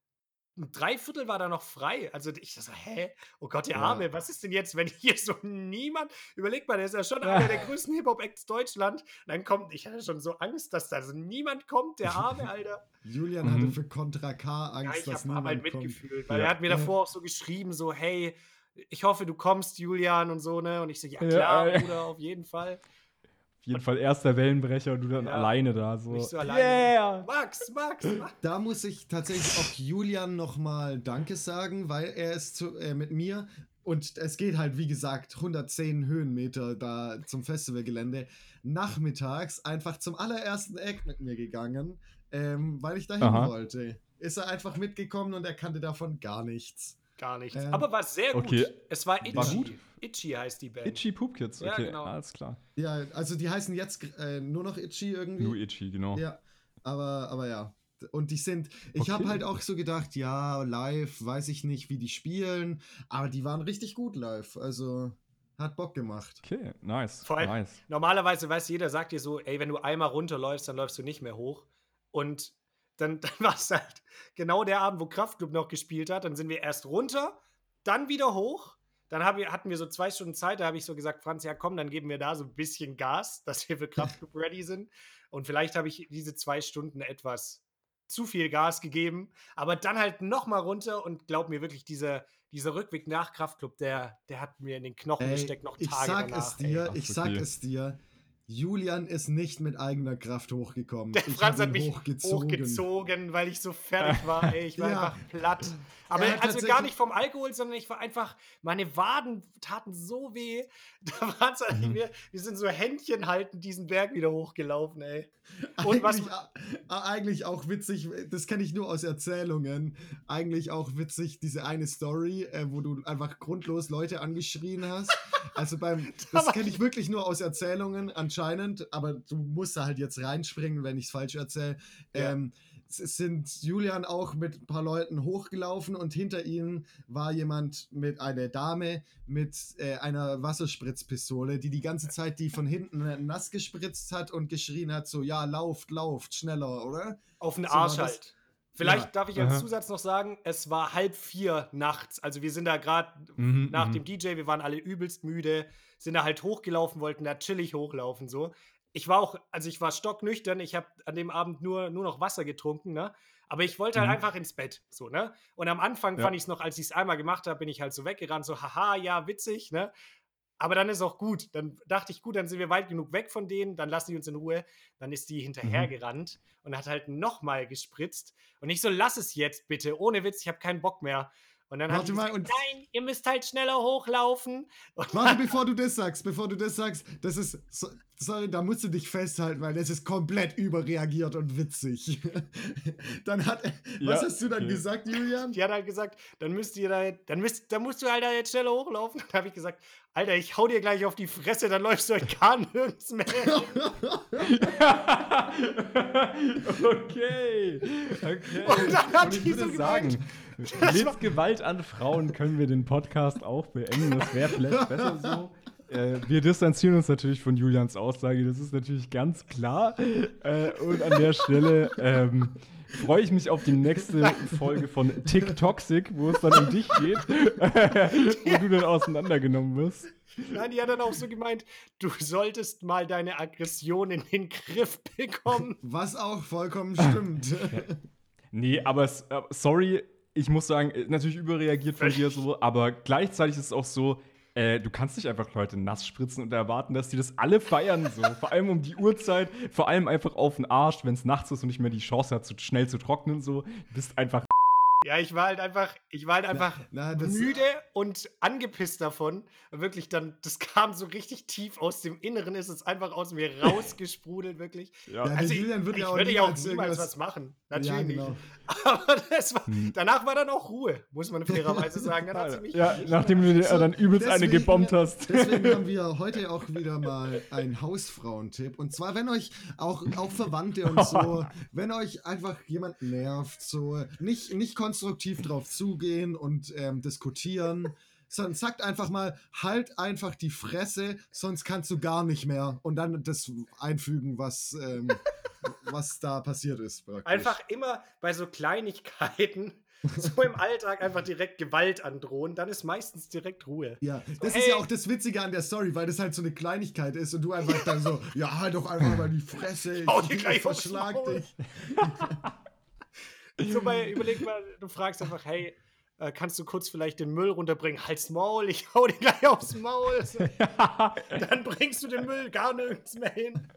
[SPEAKER 1] ein Dreiviertel war da noch frei. Also ich so, hä? Oh Gott, der
[SPEAKER 2] Ja.
[SPEAKER 1] Arme, was ist denn jetzt, wenn hier so niemand, überleg mal, der ist ja schon einer der größten Hip-Hop-Acts Deutschland. Dann kommt, ich hatte schon so Angst, dass da so niemand kommt, der Arme, Alter.
[SPEAKER 2] Julian
[SPEAKER 3] Mhm.
[SPEAKER 2] hatte für Contra K
[SPEAKER 1] Ja,
[SPEAKER 2] Angst,
[SPEAKER 1] ich
[SPEAKER 2] dass
[SPEAKER 1] habe hab halt
[SPEAKER 2] niemand kommt.
[SPEAKER 1] mitgefühlt, weil
[SPEAKER 3] Ja.
[SPEAKER 1] er hat mir
[SPEAKER 2] Ja.
[SPEAKER 1] davor auch so geschrieben, so, hey, ich hoffe, du kommst, Julian und so, ne? Und ich so, ja
[SPEAKER 3] Ja,
[SPEAKER 1] klar,
[SPEAKER 3] äh.
[SPEAKER 1] Bruder, auf jeden Fall.
[SPEAKER 3] Auf jeden Fall erster Wellenbrecher und du dann
[SPEAKER 1] Ja.
[SPEAKER 3] alleine da. So.
[SPEAKER 1] Und ich so alleine.
[SPEAKER 3] Yeah!
[SPEAKER 1] Max, Max, Max.
[SPEAKER 2] Da muss ich tatsächlich auch Julian nochmal Danke sagen, weil er ist zu, äh, mit mir und es geht halt, wie gesagt, hundertzehn Höhenmeter da zum Festivalgelände, nachmittags einfach zum allerersten Act mit mir gegangen, ähm, weil ich dahin
[SPEAKER 3] Aha.
[SPEAKER 2] wollte. Ist er einfach mitgekommen und er kannte davon gar nichts.
[SPEAKER 1] Gar nichts.
[SPEAKER 2] Ähm,
[SPEAKER 1] Aber war sehr gut.
[SPEAKER 3] okay.
[SPEAKER 1] Es war Itchy.
[SPEAKER 3] War gut?
[SPEAKER 1] Itchy heißt die Band.
[SPEAKER 3] Itchy Poop Kids.
[SPEAKER 1] Ja,
[SPEAKER 3] Okay,
[SPEAKER 1] genau.
[SPEAKER 3] alles klar.
[SPEAKER 2] Ja, also die heißen jetzt äh, nur noch Itchy irgendwie.
[SPEAKER 3] Nur Itchy, genau.
[SPEAKER 2] Ja, aber, aber ja. Und die sind, ich
[SPEAKER 3] Okay.
[SPEAKER 2] habe halt auch so gedacht, ja, live, weiß ich nicht, wie die spielen, aber die waren richtig gut live. Also hat Bock gemacht.
[SPEAKER 3] Okay, nice.
[SPEAKER 1] Vor allem-
[SPEAKER 3] nice.
[SPEAKER 1] Normalerweise weiß jeder, sagt dir so, ey, wenn du einmal runterläufst, dann läufst du nicht mehr hoch. Und dann, dann war es halt genau der Abend, wo Kraftklub noch gespielt hat. Dann sind wir erst runter, dann wieder hoch. Dann haben wir, hatten wir so zwei Stunden Zeit, da habe ich so gesagt, Franz, ja komm, dann geben wir da so ein bisschen Gas, dass wir für Kraftklub ready sind. Und vielleicht habe ich diese zwei Stunden etwas zu viel Gas gegeben, aber dann halt noch mal runter und glaub mir wirklich, dieser, dieser Rückweg nach Kraftklub, der, der hat mir in den Knochen
[SPEAKER 2] Ey,
[SPEAKER 1] gesteckt, noch
[SPEAKER 2] ich
[SPEAKER 1] Tage
[SPEAKER 2] sag
[SPEAKER 1] danach.
[SPEAKER 2] es dir,
[SPEAKER 3] ey.
[SPEAKER 2] ich
[SPEAKER 3] Ach,
[SPEAKER 2] sag
[SPEAKER 3] okay.
[SPEAKER 2] es dir, Julian ist nicht mit eigener Kraft hochgekommen.
[SPEAKER 1] Der
[SPEAKER 2] ich
[SPEAKER 1] Franz
[SPEAKER 2] hab
[SPEAKER 1] hat
[SPEAKER 2] ihn
[SPEAKER 1] mich
[SPEAKER 2] hochgezogen.
[SPEAKER 1] hochgezogen, weil ich so fertig war. Ey, ich war
[SPEAKER 2] Ja.
[SPEAKER 1] einfach platt. Aber
[SPEAKER 2] Er hat
[SPEAKER 1] also gar
[SPEAKER 2] tatsächlich-
[SPEAKER 1] nicht vom Alkohol, sondern ich war einfach, meine Waden taten so weh. Da waren es eigentlich,
[SPEAKER 3] Mhm.
[SPEAKER 1] wir, wir sind so Händchen haltend diesen Berg wieder hochgelaufen, ey. Und was-
[SPEAKER 2] eigentlich, a- eigentlich auch witzig, das kenne ich nur aus Erzählungen, eigentlich auch witzig, diese eine Story, äh, wo du einfach grundlos Leute angeschrien hast. Also beim, das
[SPEAKER 1] war-
[SPEAKER 2] kenne ich wirklich nur aus Erzählungen anscheinend, aber du musst da halt jetzt reinspringen, wenn ich es falsch erzähle.
[SPEAKER 1] Ja.
[SPEAKER 2] Ähm, es es sind Julian auch mit ein paar Leuten hochgelaufen und hinter ihnen war jemand mit einer Dame mit äh, einer Wasserspritzpistole, die die ganze Zeit die von hinten nass gespritzt hat und geschrien hat so, ja, lauft, lauft, schneller, oder?
[SPEAKER 1] Auf den
[SPEAKER 2] So war
[SPEAKER 1] Arsch
[SPEAKER 2] das.
[SPEAKER 1] halt. Vielleicht
[SPEAKER 2] Ja.
[SPEAKER 1] darf ich als
[SPEAKER 3] Aha.
[SPEAKER 1] Zusatz noch sagen, es war halb vier nachts. Also wir sind da gerade
[SPEAKER 3] Mhm,
[SPEAKER 1] nach
[SPEAKER 3] mhm.
[SPEAKER 1] dem D J, wir waren alle übelst müde, sind da halt hochgelaufen, wollten da chillig hochlaufen so. Ich war auch, also ich war stocknüchtern, ich habe an dem Abend nur, nur noch Wasser getrunken, ne? Aber ich wollte halt
[SPEAKER 3] Mhm.
[SPEAKER 1] einfach ins Bett, so, ne? Und am Anfang
[SPEAKER 3] Ja.
[SPEAKER 1] fand ich es noch, als ich es einmal gemacht habe, bin ich halt so weggerannt, so, haha, ja, witzig, ne? Aber dann ist auch gut. Dann dachte ich, gut, dann sind wir weit genug weg von denen, dann lassen die uns in Ruhe. Dann ist die hinterhergerannt und hat halt nochmal gespritzt. Und ich so, lass es jetzt bitte, ohne Witz, ich habe keinen Bock mehr. Und dann hat
[SPEAKER 2] Warte
[SPEAKER 1] die
[SPEAKER 2] mal,
[SPEAKER 1] gesagt,
[SPEAKER 2] und-
[SPEAKER 1] nein, ihr müsst halt schneller hochlaufen. Und
[SPEAKER 2] Warte, bevor du das sagst, bevor du das sagst, das ist, so, sorry, da musst du dich festhalten, weil das ist komplett überreagiert und witzig. Dann hat, er- was
[SPEAKER 3] Ja,
[SPEAKER 2] hast du dann
[SPEAKER 3] okay.
[SPEAKER 2] gesagt, Julian?
[SPEAKER 1] die hat halt gesagt, dann müsst ihr da, dann müsst, dann musst du halt da jetzt schneller hochlaufen. Dann habe ich gesagt, Alter, ich hau dir gleich auf die Fresse, dann läufst du halt gar nirgends mehr.
[SPEAKER 3] okay. Okay.
[SPEAKER 1] Und dann hat
[SPEAKER 3] ich
[SPEAKER 1] die so
[SPEAKER 3] würde sagen,
[SPEAKER 1] gemeint,
[SPEAKER 3] mit Gewalt an Frauen können wir den Podcast auch beenden. Das wäre vielleicht besser so. Äh, wir distanzieren uns natürlich von Julians Aussage, das ist natürlich ganz klar. Äh, und an der Stelle ähm, freue ich mich auf die nächste Folge von TikToxic, wo es dann um dich geht, wo du dann auseinandergenommen wirst.
[SPEAKER 1] Nein, die hat dann auch so gemeint, du solltest mal deine Aggression in den Griff bekommen.
[SPEAKER 2] Was auch vollkommen stimmt.
[SPEAKER 3] Nee, aber es, äh, sorry, ich muss sagen, äh, natürlich überreagiert von dir so, aber gleichzeitig ist es auch so, äh, du kannst nicht einfach Leute nass spritzen und erwarten, dass die das alle feiern. So. Vor allem um die Uhrzeit, vor allem einfach auf den Arsch, wenn es nachts ist und nicht mehr die Chance hat, zu schnell zu trocknen. So. Du bist einfach.
[SPEAKER 1] Ja, ich war halt einfach, ich war halt einfach
[SPEAKER 2] Na, das-
[SPEAKER 1] müde und angepisst davon. Wirklich dann, das kam so richtig tief aus dem Inneren, ist es einfach aus mir rausgesprudelt, wirklich.
[SPEAKER 3] Ja.
[SPEAKER 2] Ja,
[SPEAKER 1] Also
[SPEAKER 2] der
[SPEAKER 1] ich,
[SPEAKER 2] Julian würde
[SPEAKER 1] ich
[SPEAKER 2] ja auch
[SPEAKER 1] würde ja auch
[SPEAKER 2] niemals
[SPEAKER 1] niemals
[SPEAKER 2] irgendwas-
[SPEAKER 1] was machen. Natürlich
[SPEAKER 2] Ja,
[SPEAKER 1] nicht.
[SPEAKER 2] genau.
[SPEAKER 1] Aber das war,
[SPEAKER 3] Hm.
[SPEAKER 1] danach war dann auch Ruhe, muss man fairerweise sagen. Dann hat sie mich
[SPEAKER 3] Ja,
[SPEAKER 1] nicht
[SPEAKER 3] nachdem
[SPEAKER 1] mehr-
[SPEAKER 3] du dir dann übelst eine
[SPEAKER 2] Deswegen-
[SPEAKER 3] gebombt hast.
[SPEAKER 2] Deswegen haben wir heute auch wieder mal einen Hausfrauentipp. Und zwar, wenn euch auch, auch Verwandte und so, wenn euch einfach jemand nervt, so nicht, nicht konstruktiv drauf zugehen und ähm, diskutieren, sondern sagt einfach mal, halt einfach die Fresse, sonst kannst du gar nicht mehr. Und dann das einfügen, was, ähm, was da passiert ist. Praktisch.
[SPEAKER 1] Einfach immer bei so Kleinigkeiten, so im Alltag einfach direkt Gewalt androhen, dann ist meistens direkt Ruhe.
[SPEAKER 2] Ja, das
[SPEAKER 1] hey.
[SPEAKER 2] ist ja auch das Witzige an der Story, weil das halt so eine Kleinigkeit ist und du einfach dann so, ja, halt doch einfach mal die Fresse,
[SPEAKER 1] Hau
[SPEAKER 2] ich,
[SPEAKER 1] dir
[SPEAKER 2] ich
[SPEAKER 1] gleich aufs
[SPEAKER 2] verschlag
[SPEAKER 1] Maul.
[SPEAKER 2] dich.
[SPEAKER 1] So bei, überleg mal, du fragst einfach, hey, äh, kannst du kurz vielleicht den Müll runterbringen? Halt's Maul, ich hau dir gleich aufs Maul. So, dann bringst du den Müll gar nirgends mehr hin.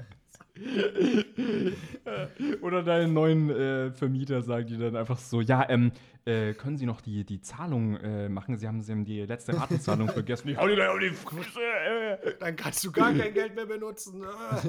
[SPEAKER 3] Oder deinen neuen äh, Vermieter sagen die dann einfach so, ja, ähm, äh, können Sie noch die, die Zahlung äh, machen? Sie haben, Sie haben die letzte Ratenzahlung vergessen. Ich hau dir gleich auf die Fresse. Äh.
[SPEAKER 1] Dann kannst du gar kein Geld mehr benutzen. Ah.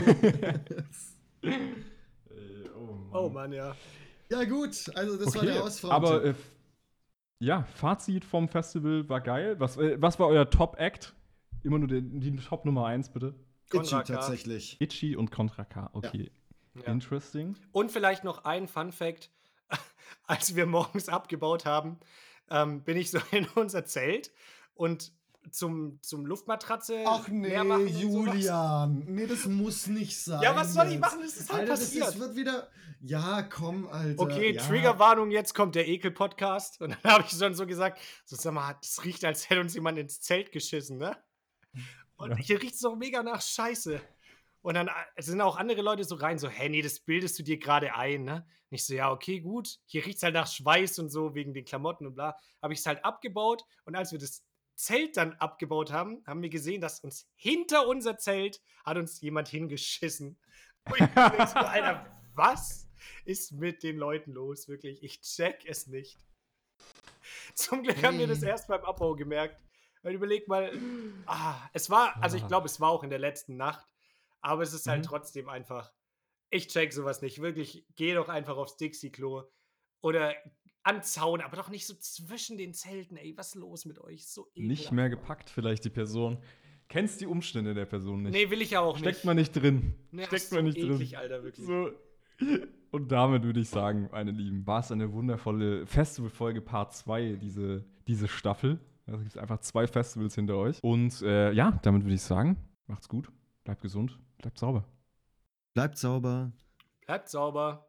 [SPEAKER 3] Äh, oh, Mann.
[SPEAKER 1] Oh Mann, ja.
[SPEAKER 2] Ja gut, also das war
[SPEAKER 3] Okay,
[SPEAKER 2] der Hausfrau.
[SPEAKER 3] aber äh, ja, Fazit vom Festival war geil. Was, äh, was war euer Top-Act? Immer nur die, die Top Nummer eins, bitte.
[SPEAKER 1] Contra
[SPEAKER 2] Itchy
[SPEAKER 1] K.
[SPEAKER 2] tatsächlich.
[SPEAKER 3] Itchy und Contra K. Okay.
[SPEAKER 1] Ja.
[SPEAKER 3] Interesting.
[SPEAKER 1] Und vielleicht noch ein Fun-Fact: Als wir morgens abgebaut haben, ähm, bin ich so in unser Zelt und zum, zum Luftmatratze
[SPEAKER 2] Ach nee,
[SPEAKER 1] leer machen und sowas.
[SPEAKER 2] Julian. Nee, das muss nicht sein.
[SPEAKER 1] Ja, was soll ich
[SPEAKER 2] jetzt.
[SPEAKER 1] machen? Das ist halt
[SPEAKER 2] Alter,
[SPEAKER 1] passiert.
[SPEAKER 2] Das, das wird wieder. Ja, komm, Alter.
[SPEAKER 1] Okay,
[SPEAKER 2] ja.
[SPEAKER 1] Triggerwarnung, jetzt kommt der Ekel-Podcast. Und dann habe ich schon so gesagt, so, sag mal, das riecht, als hätte uns jemand ins Zelt geschissen, ne? Und
[SPEAKER 3] Ja.
[SPEAKER 1] hier riecht es doch mega nach Scheiße. Und dann äh, sind auch andere Leute so rein, so, hä, nee, das bildest du dir gerade ein, ne? Und ich so, ja, okay, gut. Hier riecht es halt nach Schweiß und so, wegen den Klamotten und bla. Habe ich es halt abgebaut. Und als wir das Zelt dann abgebaut haben, haben wir gesehen, dass uns hinter unser Zelt hat uns jemand hingeschissen. Und ich denk so, Alter, was ist mit den Leuten los? Wirklich, ich check es nicht. Zum Glück haben wir das
[SPEAKER 2] Hey.
[SPEAKER 1] erst beim Abbau gemerkt. Weil überleg mal, ah, es war, also ich
[SPEAKER 3] Ah.
[SPEAKER 1] glaube, es war auch in der letzten Nacht, aber es ist halt
[SPEAKER 3] Mhm.
[SPEAKER 1] trotzdem einfach, ich check sowas nicht. Wirklich, geh doch einfach aufs Dixie-Klo oder an Zaun, aber doch nicht so zwischen den Zelten, ey, was ist los mit euch? So
[SPEAKER 3] Nicht
[SPEAKER 1] ekelhaft.
[SPEAKER 3] mehr gepackt, vielleicht die Person. Kennst die Umstände der Person nicht.
[SPEAKER 1] Nee, will ich ja auch
[SPEAKER 3] Steckt
[SPEAKER 1] nicht.
[SPEAKER 3] man nicht drin.
[SPEAKER 1] Nee, ach,
[SPEAKER 3] Steckt
[SPEAKER 1] so
[SPEAKER 3] man nicht
[SPEAKER 1] eklig,
[SPEAKER 3] drin.
[SPEAKER 1] Alter, wirklich.
[SPEAKER 3] So. Und damit würde ich sagen, meine Lieben, war es eine wundervolle Festivalfolge Part zwei, diese, diese Staffel. Also gibt es einfach zwei Festivals hinter euch. Und äh, ja, damit würde ich sagen, macht's gut, bleibt gesund, bleibt sauber.
[SPEAKER 2] Bleibt sauber.
[SPEAKER 1] Bleibt sauber.